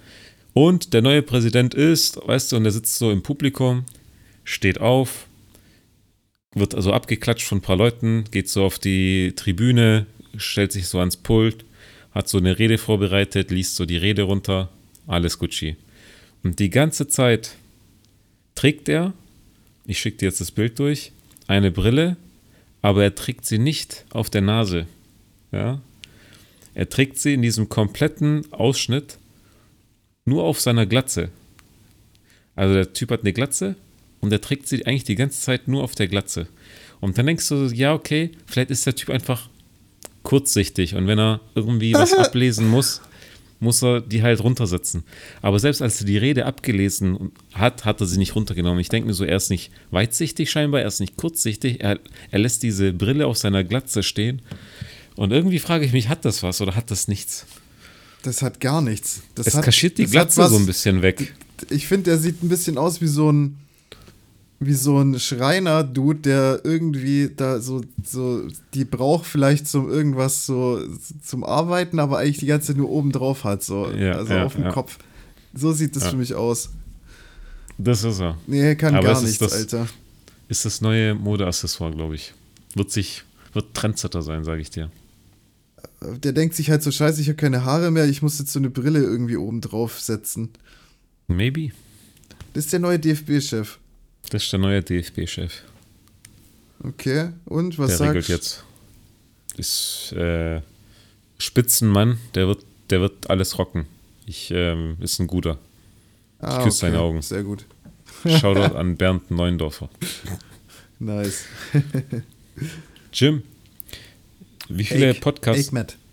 B: Und der neue Präsident ist, weißt du, und der sitzt so im Publikum, steht auf, wird also abgeklatscht von ein paar Leuten, geht so auf die Tribüne, stellt sich so ans Pult, hat so eine Rede vorbereitet, liest so die Rede runter, alles Gucci. Und die ganze Zeit trägt er, ich schicke dir jetzt das Bild durch, eine Brille, aber er trägt sie nicht auf der Nase. Ja? Er trägt sie in diesem kompletten Ausschnitt nur auf seiner Glatze. Also der Typ hat eine Glatze und er trägt sie eigentlich die ganze Zeit nur auf der Glatze. Und dann denkst du, ja okay, vielleicht ist der Typ einfach kurzsichtig und wenn er irgendwie was ablesen muss, muss er die halt runtersetzen. Aber selbst als er die Rede abgelesen hat, hat er sie nicht runtergenommen. Ich denke mir so, er ist nicht weitsichtig scheinbar, er ist nicht kurzsichtig, er lässt diese Brille auf seiner Glatze stehen. Und irgendwie frage ich mich, hat das was oder hat das nichts?
C: Das hat gar nichts.
B: Es kaschiert die Glatze so ein bisschen weg.
C: Ich finde, der sieht ein bisschen aus wie so ein Schreiner-Dude, der irgendwie da so die braucht vielleicht zum irgendwas so zum Arbeiten, aber eigentlich die ganze Zeit nur oben drauf hat, so,
B: Ja,
C: also auf dem Kopf. So sieht das für mich aus.
B: Das ist er.
C: Nee, kann
B: aber
C: gar nichts, Alter.
B: Ist das neue Modeaccessoire, glaube ich. Wird Trendsetter sein, sage ich dir.
C: Der denkt sich halt so, scheiße, ich habe keine Haare mehr, ich muss jetzt so eine Brille irgendwie oben drauf setzen.
B: Maybe.
C: Das ist der neue DFB-Chef.
B: Das ist der neue DFB-Chef.
C: Okay, und was
B: der
C: sagst du?
B: Der regelt jetzt. Ist Spitzenmann, der wird alles rocken. Ist ein guter. Ich küsse seine Augen.
C: Sehr gut.
B: Shoutout an Bernd Neuendorfer.
C: Nice.
B: Jim, wie viele Podcasts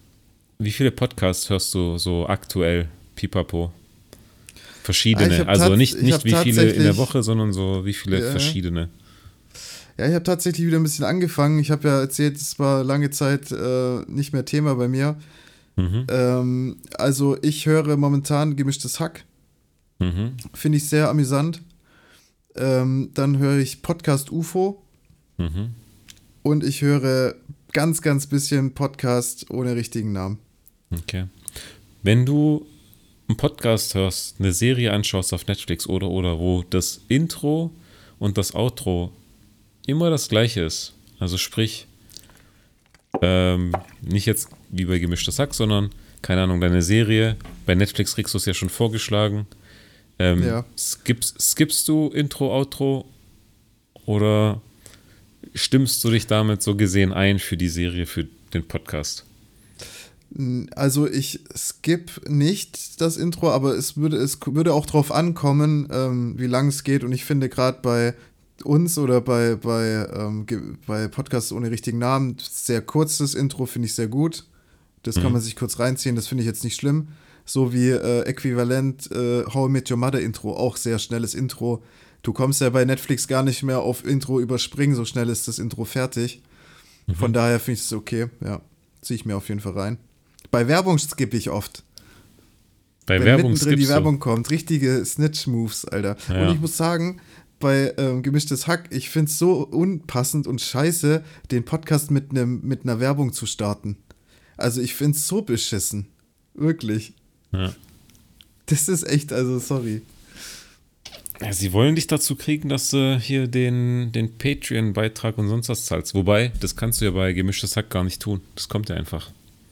B: hörst du so aktuell, Pipapo? Verschiedene, also nicht wie viele in der Woche, sondern so wie viele verschiedene.
C: Ja, ich habe tatsächlich wieder ein bisschen angefangen. Ich habe ja erzählt, es war lange Zeit nicht mehr Thema bei mir.
B: Mhm.
C: Also ich höre momentan Gemischtes Hack.
B: Mhm.
C: Finde ich sehr amüsant. Dann höre ich Podcast UFO.
B: Mhm.
C: Und ich höre ganz, ganz bisschen Podcast ohne richtigen Namen.
B: Okay. Wenn du einen Podcast hörst, eine Serie anschaust auf Netflix oder wo das Intro und das Outro immer das gleiche ist, also sprich, nicht jetzt wie bei Gemischtes Hack, sondern, keine Ahnung, deine Serie, bei Netflix kriegst du es ja schon vorgeschlagen, skippst du Intro, Outro oder stimmst du dich damit so gesehen ein für die Serie, für den Podcast?
C: Also ich skippe nicht das Intro, aber es würde auch drauf ankommen, wie lang es geht. Und ich finde gerade bei uns oder bei Podcasts ohne richtigen Namen sehr kurzes Intro finde ich sehr gut. Das kann man sich kurz reinziehen, das finde ich jetzt nicht schlimm. So wie äquivalent How I Met Your Mother Intro, auch sehr schnelles Intro. Du kommst ja bei Netflix gar nicht mehr auf Intro überspringen, so schnell ist das Intro fertig. Von daher finde ich es okay, ja. Ziehe ich mir auf jeden Fall rein. Bei Werbung skippe ich oft.
B: Bei
C: Wenn
B: Werbung
C: mittendrin die
B: skippst
C: Werbung kommt, richtige Snitch-Moves, Alter.
B: Ja.
C: Und ich muss sagen, bei Gemischtes Hack, ich finde es so unpassend und scheiße, den Podcast mit einer Werbung zu starten. Also ich finde es so beschissen. Wirklich.
B: Ja.
C: Das ist echt, also sorry.
B: Ja, sie wollen dich dazu kriegen, dass du hier den Patreon-Beitrag und sonst was zahlst. Wobei, das kannst du ja bei Gemischtes Hack gar nicht tun. Das kommt ja einfach.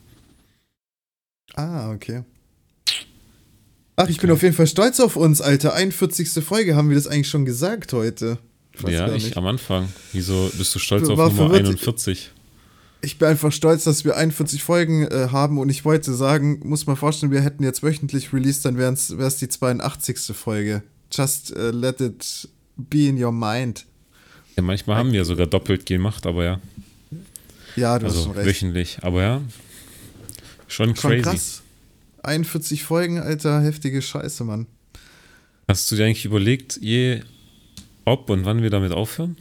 C: Ah, okay. Ach, ich bin auf jeden Fall stolz auf uns, Alter. 41. Folge, haben wir das eigentlich schon gesagt heute?
B: Ja, ich am Anfang. Wieso bist du stolz auf
C: War
B: Nummer
C: verwirrt.
B: 41?
C: Ich bin einfach stolz, dass wir 41 Folgen haben und ich wollte sagen, muss man vorstellen, wir hätten jetzt wöchentlich released, dann wäre es die 82. Folge. Just let it be in your mind.
B: Ja, manchmal haben wir sogar doppelt gemacht, aber ja.
C: Ja, du hast
B: Also
C: schon recht.
B: wöchentlich, aber ja. Schon
C: Schon
B: crazy.
C: krass. 41 Folgen, Alter, heftige Scheiße, Mann.
B: Hast du dir eigentlich überlegt, ob und wann wir damit aufhören?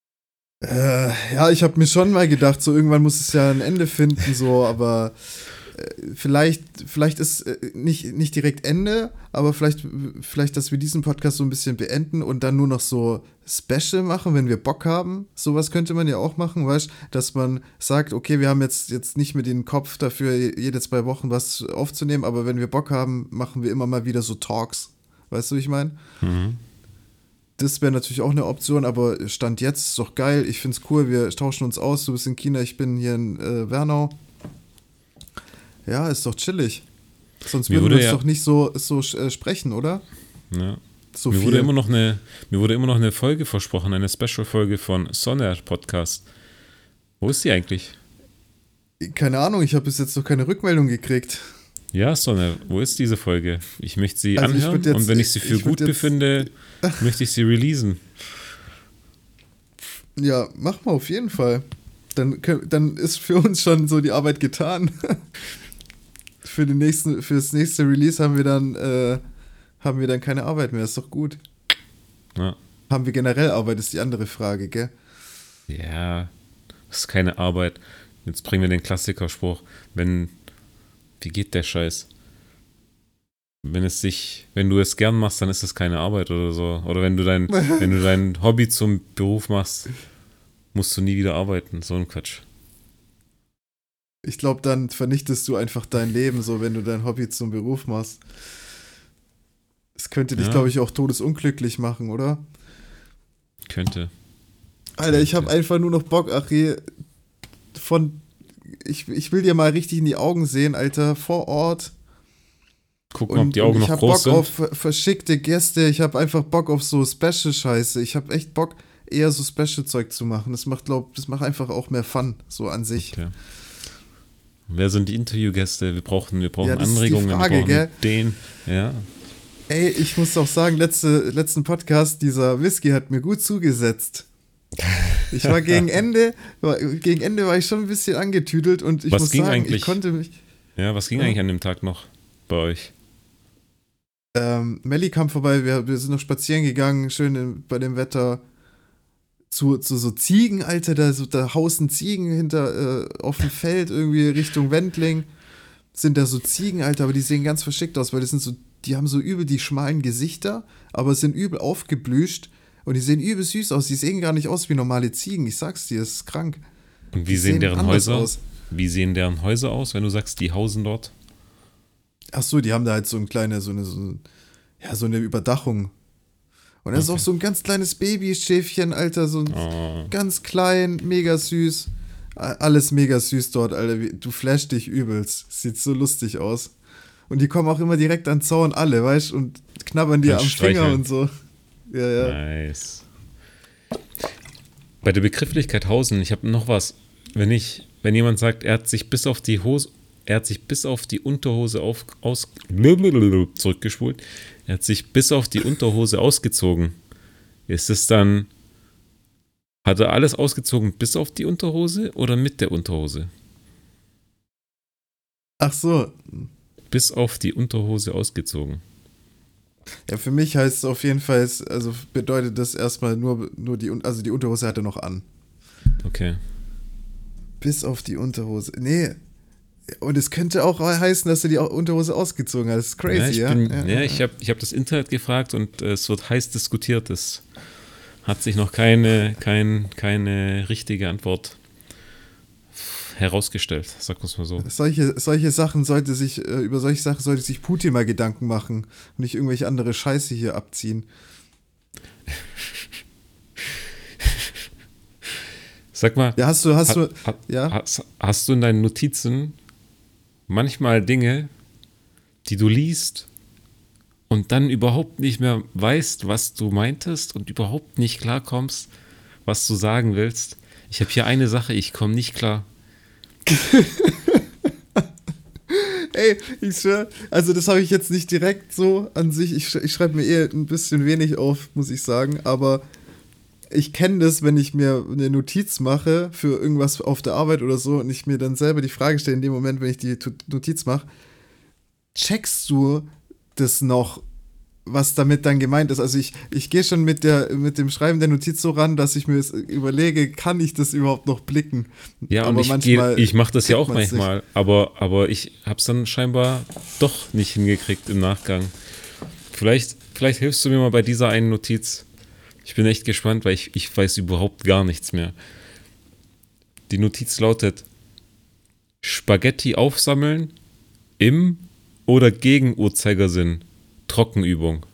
C: Ja, ich habe mir schon mal gedacht, so irgendwann muss es ja ein Ende finden, so, aber vielleicht ist nicht direkt Ende, aber vielleicht, dass wir diesen Podcast so ein bisschen beenden und dann nur noch so Special machen, wenn wir Bock haben. Sowas könnte man ja auch machen, weißt, dass man sagt, okay, wir haben jetzt nicht mehr den Kopf dafür, jede 2 Wochen was aufzunehmen, aber wenn wir Bock haben, machen wir immer mal wieder so Talks. Weißt du, wie ich meine?
B: Mhm.
C: Das wäre natürlich auch eine Option, aber Stand jetzt ist doch geil. Ich finde es cool, wir tauschen uns aus. Du bist in China, ich bin hier in Wernau. Ja, ist doch chillig. Sonst würden wir uns doch nicht so sprechen, oder?
B: Ja.
C: So
B: mir
C: viel.
B: wurde immer noch eine Folge versprochen, eine Special-Folge von Sonner Podcast. Wo ist die eigentlich?
C: Keine Ahnung, ich habe bis jetzt noch keine Rückmeldung gekriegt.
B: Ja, Sonner, wo ist diese Folge? Ich möchte sie
C: Also
B: anhören und wenn ich sie für gut befinde, möchte ich sie releasen.
C: Ja, mach mal auf jeden Fall. Dann ist für uns schon so die Arbeit getan. Für das nächste Release haben wir dann keine Arbeit mehr, ist doch gut.
B: Ja.
C: Haben wir generell Arbeit, ist die andere Frage, gell?
B: Ja, das ist keine Arbeit. Jetzt bringen wir den Klassikerspruch, wie geht der Scheiß? Wenn du es gern machst, dann ist es keine Arbeit oder so. Oder wenn du dein Hobby zum Beruf machst, musst du nie wieder arbeiten. So ein Quatsch.
C: Ich glaube, dann vernichtest du einfach dein Leben, so wenn du dein Hobby zum Beruf machst. Es könnte dich, glaube ich, auch todesunglücklich machen, oder?
B: Könnte.
C: Alter, ich habe einfach nur noch Bock, Achie, ich will dir mal richtig in die Augen sehen, Alter, vor Ort.
B: Gucken, ob die Augen noch groß sind.
C: Ich habe Bock auf verschickte Gäste, ich habe einfach Bock auf so Special-Scheiße. Ich habe echt Bock, eher so Special-Zeug zu machen. Das macht einfach auch mehr Fun, so an sich.
B: Okay. Wer sind die Interviewgäste? Wir brauchen
C: ja,
B: Anregungen.
C: Das ist die Frage,
B: wir brauchen ja.
C: Ey, ich muss auch sagen, letzten Podcast, dieser Whisky hat mir gut zugesetzt. Ich war gegen Ende war ich schon ein bisschen angetüdelt und ich muss sagen,
B: eigentlich?
C: Ich konnte mich...
B: Ja, was ging eigentlich an dem Tag noch bei euch?
C: Melli kam vorbei, wir sind noch spazieren gegangen, schön bei dem Wetter. Zu so Ziegen, Alter, da hausen Ziegen auf dem Feld, irgendwie Richtung Wendling. Sind da so Ziegen, Alter, aber die sehen ganz verschickt aus, weil die haben so übel die schmalen Gesichter, aber sind übel aufgeblüht und die sehen übel süß aus. Die sehen gar nicht aus wie normale Ziegen, ich sag's dir, das ist krank.
B: Und wie sehen deren Häuser aus? Wie sehen deren Häuser aus, wenn du sagst, die hausen dort?
C: Ach so, die haben da halt so eine Überdachung. Und da ist auch so ein ganz kleines Babyschäfchen, Alter, so ganz klein, mega süß. Alles mega süß dort, Alter. Du flashst dich übelst. Sieht so lustig aus. Und die kommen auch immer direkt an den Zaun, alle, weißt du, und knabbern dir am Finger und so. Ja.
B: Nice. Bei der Begrifflichkeit Hausen, ich habe noch was. Wenn jemand sagt, er hat sich bis auf die Unterhose zurückgespult. Er hat sich bis auf die Unterhose ausgezogen. Ist es dann, hat er alles ausgezogen bis auf die Unterhose oder mit der Unterhose?
C: Ach so.
B: Bis auf die Unterhose ausgezogen.
C: Ja, für mich heißt es auf jeden Fall, also bedeutet das erstmal nur die Unterhose hat er noch an.
B: Okay.
C: Bis auf die Unterhose. Nee. Und es könnte auch heißen, dass er die Unterhose ausgezogen hat. Das ist crazy,
B: ich hab das Internet gefragt und es wird heiß diskutiert. Es hat sich noch keine richtige Antwort herausgestellt, sagen wir es mal so.
C: Über solche Sachen sollte sich Putin mal Gedanken machen und nicht irgendwelche andere Scheiße hier abziehen.
B: Sag mal,
C: ja, hast
B: du in deinen Notizen manchmal Dinge, die du liest und dann überhaupt nicht mehr weißt, was du meintest und überhaupt nicht klarkommst, was du sagen willst? Ich habe hier eine Sache, ich komme nicht klar.
C: Ey, ich schwör, also das habe ich jetzt nicht direkt so an sich, ich schreibe mir eher ein bisschen wenig auf, muss ich sagen, aber ich kenne das, wenn ich mir eine Notiz mache für irgendwas auf der Arbeit oder so und ich mir dann selber die Frage stelle, in dem Moment, wenn ich die Notiz mache, checkst du das noch was damit dann gemeint ist. Also ich gehe schon mit dem Schreiben der Notiz so ran, dass ich mir überlege, kann ich das überhaupt noch blicken?
B: Ja,
C: aber
B: und ich mache das ja auch manchmal, aber ich habe es dann scheinbar doch nicht hingekriegt im Nachgang. Vielleicht hilfst du mir mal bei dieser einen Notiz. Ich bin echt gespannt, weil ich weiß überhaupt gar nichts mehr. Die Notiz lautet: Spaghetti aufsammeln im oder gegen Uhrzeigersinn. Trockenübung.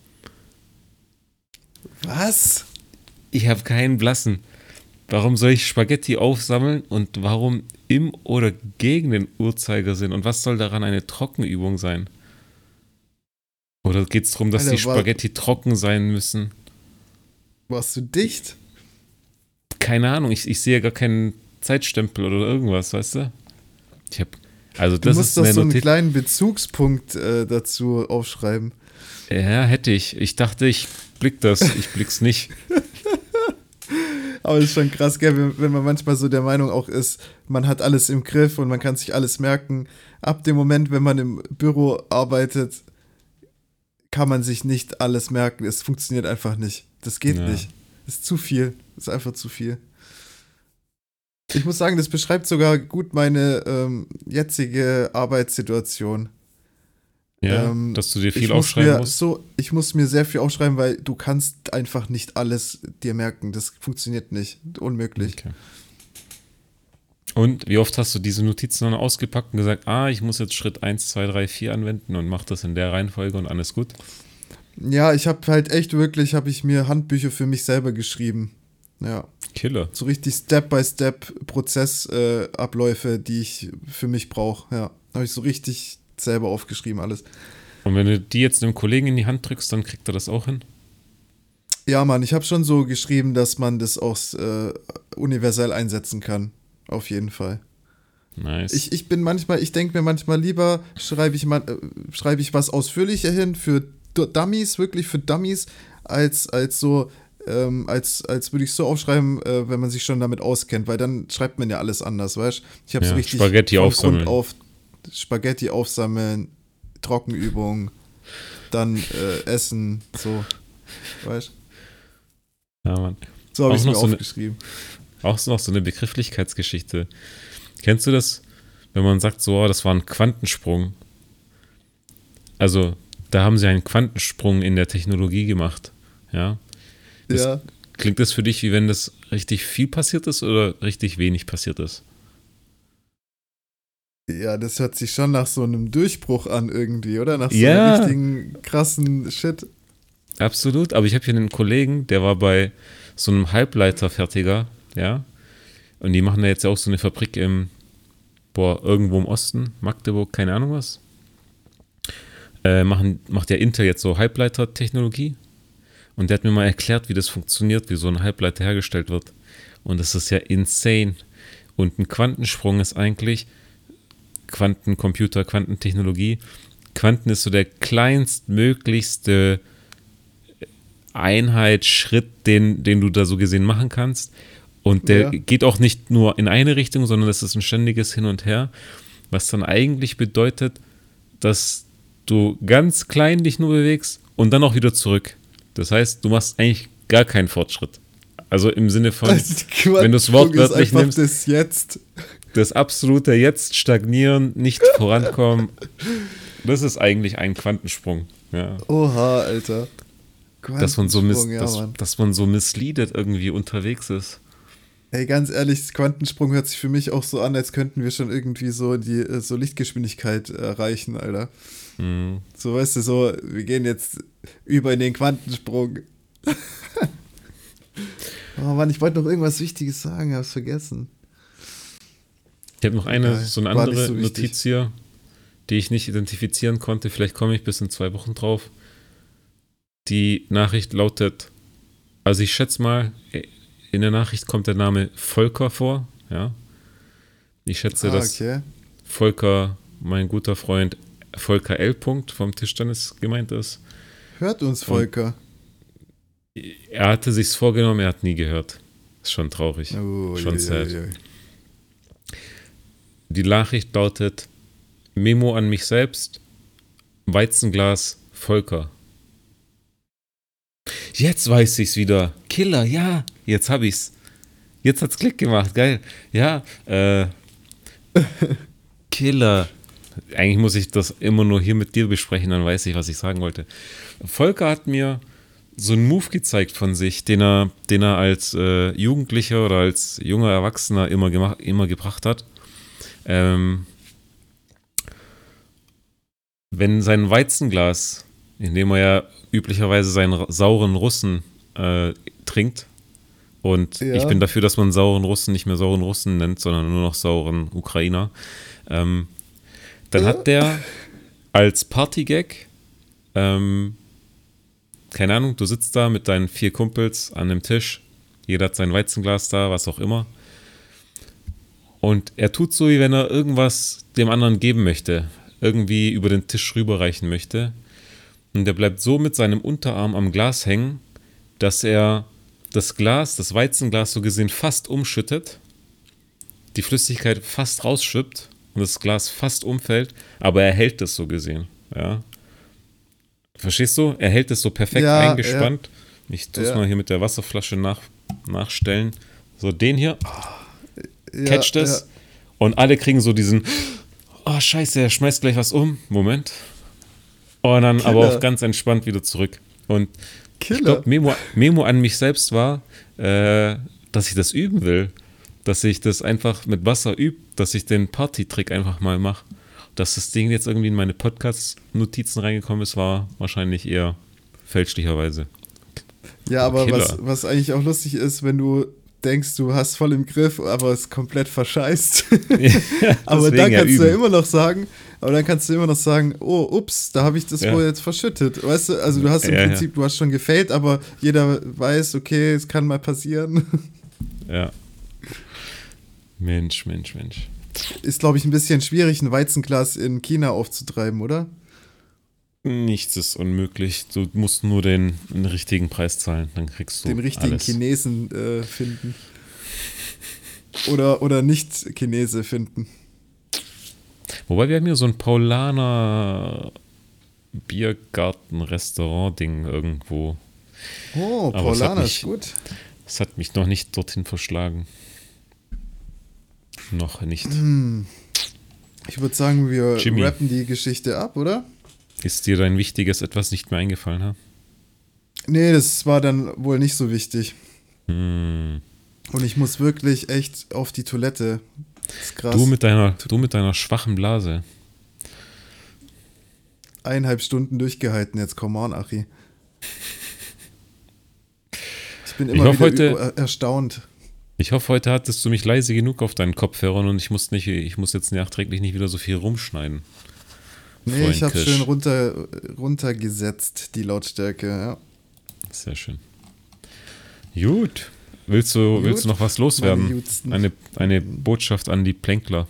C: Was?
B: Ich habe keinen Blassen. Warum soll ich Spaghetti aufsammeln und warum im oder gegen den Uhrzeigersinn? Und was soll daran eine Trockenübung sein? Oder geht es darum, dass
C: Alter,
B: die Spaghetti trocken sein müssen?
C: Warst du dicht?
B: Keine Ahnung, ich sehe gar keinen Zeitstempel oder irgendwas, weißt du?
C: Du musst doch so einen kleinen Bezugspunkt dazu aufschreiben.
B: Ja, hätte ich. Ich dachte, ich blick das. Ich blick's nicht.
C: Aber es ist schon krass, gell, wenn man manchmal so der Meinung auch ist, man hat alles im Griff und man kann sich alles merken. Ab dem Moment, wenn man im Büro arbeitet, kann man sich nicht alles merken. Es funktioniert einfach nicht. Das geht nicht. Das ist zu viel. Das ist einfach zu viel. Ich muss sagen, das beschreibt sogar gut meine jetzige Arbeitssituation.
B: Ja, dass du dir viel aufschreiben musst.
C: Ich muss mir sehr viel aufschreiben, weil du kannst einfach nicht alles dir merken. Das funktioniert nicht. Unmöglich.
B: Okay. Und wie oft hast du diese Notizen dann ausgepackt und gesagt, ich muss jetzt Schritt 1, 2, 3, 4 anwenden und mach das in der Reihenfolge und alles gut?
C: Ja, ich habe halt echt wirklich, habe ich mir Handbücher für mich selber geschrieben. Ja.
B: Killer.
C: So richtig Step-by-Step-Prozessabläufe, die ich für mich brauche. Ja, habe ich so richtig selber aufgeschrieben alles.
B: Und wenn du die jetzt einem Kollegen in die Hand drückst, dann kriegt er das auch hin?
C: Ja, Mann, ich habe schon so geschrieben, dass man das auch universell einsetzen kann. Auf jeden Fall.
B: Nice.
C: Ich denke mir manchmal lieber, schreibe ich was ausführlicher hin für Dummies, wirklich für Dummies, als würde ich so aufschreiben, wenn man sich schon damit auskennt, weil dann schreibt man ja alles anders, weißt du? Ich habe so richtig
B: Spaghetti aufsammeln.
C: Grund auf Spaghetti aufsammeln, Trockenübung, dann essen, so, weißt du?
B: Ja, Mann.
C: So habe ich es mir aufgeschrieben.
B: Auch noch so eine Begrifflichkeitsgeschichte. Kennst du das, wenn man sagt, so, das war ein Quantensprung? Also, da haben sie einen Quantensprung in der Technologie gemacht, ja? Klingt das für dich, wie wenn das richtig viel passiert ist oder richtig wenig passiert ist?
C: Ja, das hört sich schon nach so einem Durchbruch an irgendwie, oder? Nach so einem richtigen krassen Shit.
B: Absolut, aber ich habe hier einen Kollegen, der war bei so einem Halbleiterfertiger, ja, und die machen da jetzt auch so eine Fabrik irgendwo im Osten, Magdeburg, keine Ahnung was. Macht ja Intel jetzt so Halbleitertechnologie. Und der hat mir mal erklärt, wie das funktioniert, wie so ein Halbleiter hergestellt wird. Und das ist ja insane. Und ein Quantensprung ist eigentlich Quantencomputer, Quantentechnologie. Quanten ist so der kleinstmöglichste Einheit, Schritt, den du da so gesehen machen kannst. Und der geht auch nicht nur in eine Richtung, sondern das ist ein ständiges Hin und Her. Was dann eigentlich bedeutet, dass du ganz klein dich nur bewegst und dann auch wieder zurück. Das heißt, du machst eigentlich gar keinen Fortschritt. Also im Sinne von, wenn du es wortwörtlich nimmst, das absolute Jetzt stagnieren, nicht vorankommen, das ist eigentlich ein Quantensprung. Ja.
C: Oha, Alter.
B: Dass man so misleadet irgendwie unterwegs ist.
C: Ey, ganz ehrlich, Quantensprung hört sich für mich auch so an, als könnten wir schon irgendwie so die Lichtgeschwindigkeit erreichen, Alter. Mhm. So, weißt du, so, wir gehen jetzt über in den Quantensprung. Oh Mann, ich wollte noch irgendwas Wichtiges sagen, hab's vergessen.
B: Ich habe noch eine andere Notiz hier, die ich nicht identifizieren konnte. Vielleicht komme ich bis in 2 Wochen drauf. Die Nachricht lautet, also ich schätze mal, in der Nachricht kommt der Name Volker vor, ja. Ich schätze, dass Volker, mein guter Freund, Volker L. vom Tischtennis gemeint ist.
C: Hört uns Volker.
B: Und er hatte sich's vorgenommen, er hat nie gehört. Ist schon traurig. Schon sad. Die Nachricht lautet: Memo an mich selbst, Weizenglas Volker. Jetzt weiß ich's wieder. Killer, ja, jetzt hab ich's. Jetzt hat's Klick gemacht, geil. Ja, Killer. Eigentlich muss ich das immer nur hier mit dir besprechen, dann weiß ich, was ich sagen wollte. Volker hat mir so einen Move gezeigt von sich, den er als Jugendlicher oder als junger Erwachsener immer gebracht hat. Wenn sein Weizenglas, in dem er ja üblicherweise seinen sauren Russen trinkt, und
C: Ja.
B: ich bin dafür, dass man sauren Russen nicht mehr sauren Russen nennt, sondern nur noch sauren Ukrainer, dann hat der als Partygag, keine Ahnung, du sitzt da mit deinen 4 Kumpels an dem Tisch, jeder hat sein Weizenglas da, was auch immer, und er tut so, wie wenn er irgendwas dem anderen geben möchte, irgendwie über den Tisch rüberreichen möchte, und der bleibt so mit seinem Unterarm am Glas hängen, dass er das Weizenglas so gesehen fast umschüttet, die Flüssigkeit fast rausschüppt und das Glas fast umfällt, aber er hält es so gesehen, ja. Verstehst du? Er hält es so perfekt
C: Ja,
B: eingespannt. Ich tue es mal hier mit der Wasserflasche nachstellen. So, den hier, catcht es.
C: Ja.
B: Und alle kriegen so diesen, oh scheiße, er schmeißt gleich was um. Moment. Und dann aber auch ganz entspannt wieder zurück. Und ich glaube, Memo an mich selbst war, dass ich das üben will. Dass ich das einfach mit Wasser übe, dass ich den Party-Trick einfach mal mache. Dass das Ding jetzt irgendwie in meine Podcast-Notizen reingekommen ist, war wahrscheinlich eher fälschlicherweise.
C: Ja, aber
B: Killer.
C: was eigentlich auch lustig ist, wenn du denkst, du hast voll im Griff, aber es komplett verscheißt. Aber dann kannst du ja immer noch sagen, oh, ups, da habe ich das wohl jetzt verschüttet. Weißt du, also du hast im Prinzip, du hast schon gefailt, aber jeder weiß, okay, es kann mal passieren.
B: Ja. Mensch.
C: Ist, glaube ich, ein bisschen schwierig, ein Weizenglas in China aufzutreiben, oder?
B: Nichts ist unmöglich. Du musst nur den richtigen Preis zahlen, dann kriegst du
C: Den richtigen
B: alles.
C: Chinesen finden. Oder nicht Chinese finden.
B: Wobei wir haben hier so ein Paulaner Biergarten-Restaurant-Ding irgendwo.
C: Oh,
B: Aber es hat
C: Paulaner
B: mich-
C: ist gut.
B: Es hat mich noch nicht dorthin verschlagen. Noch nicht.
C: Ich würde sagen, wir
B: Jimmy.
C: rappen die Geschichte ab, oder?
B: Ist dir dein wichtiges etwas nicht mehr eingefallen, ha?
C: Nee, das war dann wohl nicht so wichtig.
B: Hm.
C: Und ich muss wirklich echt auf die Toilette. Das ist krass.
B: Du mit deiner schwachen Blase.
C: 1,5 Stunden durchgehalten jetzt. Come on, Achi. Ich bin immer
B: hoffe,
C: wieder erstaunt.
B: Ich hoffe, heute hattest du mich leise genug auf deinen Kopfhörern und ich muss jetzt nachträglich nicht wieder so viel rumschneiden.
C: Nee, ich habe
B: Kirsch.
C: schön runtergesetzt, die Lautstärke, ja.
B: Sehr schön. Gut. Willst du noch was loswerden?
C: meine Jutsten.
B: Eine Botschaft an die Plänkler.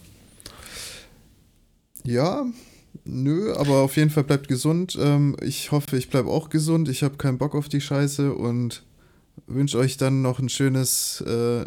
C: Ja, nö, aber auf jeden Fall bleibt gesund. Ich hoffe, ich bleibe auch gesund. Ich habe keinen Bock auf die Scheiße und wünsche euch dann noch ein schönes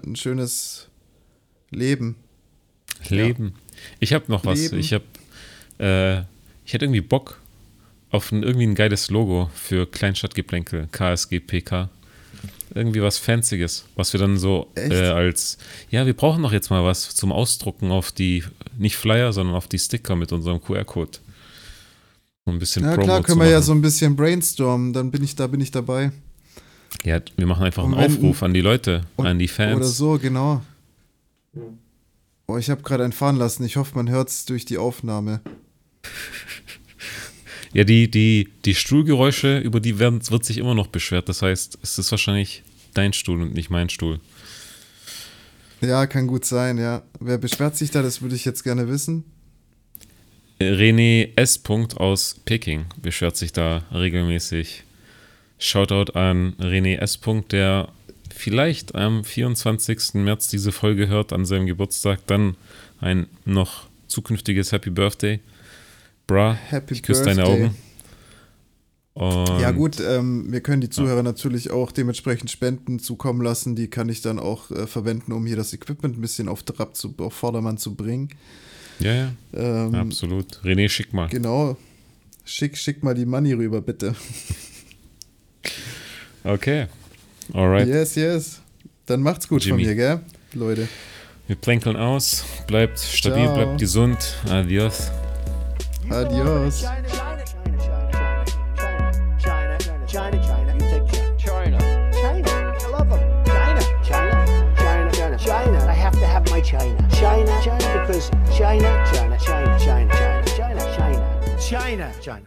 C: Leben.
B: Leben. Ich habe noch was.
C: Leben.
B: Ich hätte irgendwie Bock auf irgendwie ein geiles Logo für Kleinstadtgeplänkel, KSGPK. Irgendwie was Fancyes, was wir dann so
C: Echt?
B: wir brauchen doch jetzt mal was zum Ausdrucken auf die, nicht Flyer, sondern auf die Sticker mit unserem QR-Code. Um ein bisschen
C: Ja,
B: Promo
C: klar,
B: zu
C: können wir ja
B: machen.
C: so ein bisschen brainstormen. Da bin ich dabei.
B: Ja, wir machen einfach einen
C: Und wenn-
B: Aufruf an die Leute, an die Fans.
C: Oder so, genau. Oh, ich habe gerade einen fahren lassen. Ich hoffe, man hört es durch die Aufnahme.
B: Ja, die Stuhlgeräusche, über die wird sich immer noch beschwert. Das heißt, es ist wahrscheinlich dein Stuhl und nicht mein Stuhl.
C: Ja, kann gut sein, ja. Wer beschwert sich da? Das würde ich jetzt gerne wissen.
B: René S. aus Peking beschwert sich da regelmäßig. Shoutout an René S. der vielleicht am 24. März diese Folge hört, an seinem Geburtstag. Dann ein noch zukünftiges Happy Birthday. Bra,
C: Happy
B: ich küsse deine
C: Birthday.
B: Augen. Und
C: Ja gut, wir können die Zuhörer natürlich auch dementsprechend Spenden zukommen lassen. Die kann ich dann auch verwenden, um hier das Equipment ein bisschen auf Vordermann zu bringen.
B: Ja,
C: Ähm,
B: absolut. René, schick mal.
C: Genau. Schick mal die Money rüber, bitte.
B: Okay. Alright.
C: Yes. Dann macht's gut
B: Jimmy.
C: von mir, gell, Leute.
B: Wir plänkeln aus. Bleibt stabil,
C: Ciao.
B: bleibt gesund. Adios.
C: Adios.
A: China. You take China. China. I love them. China. I have to have my China. China, because China.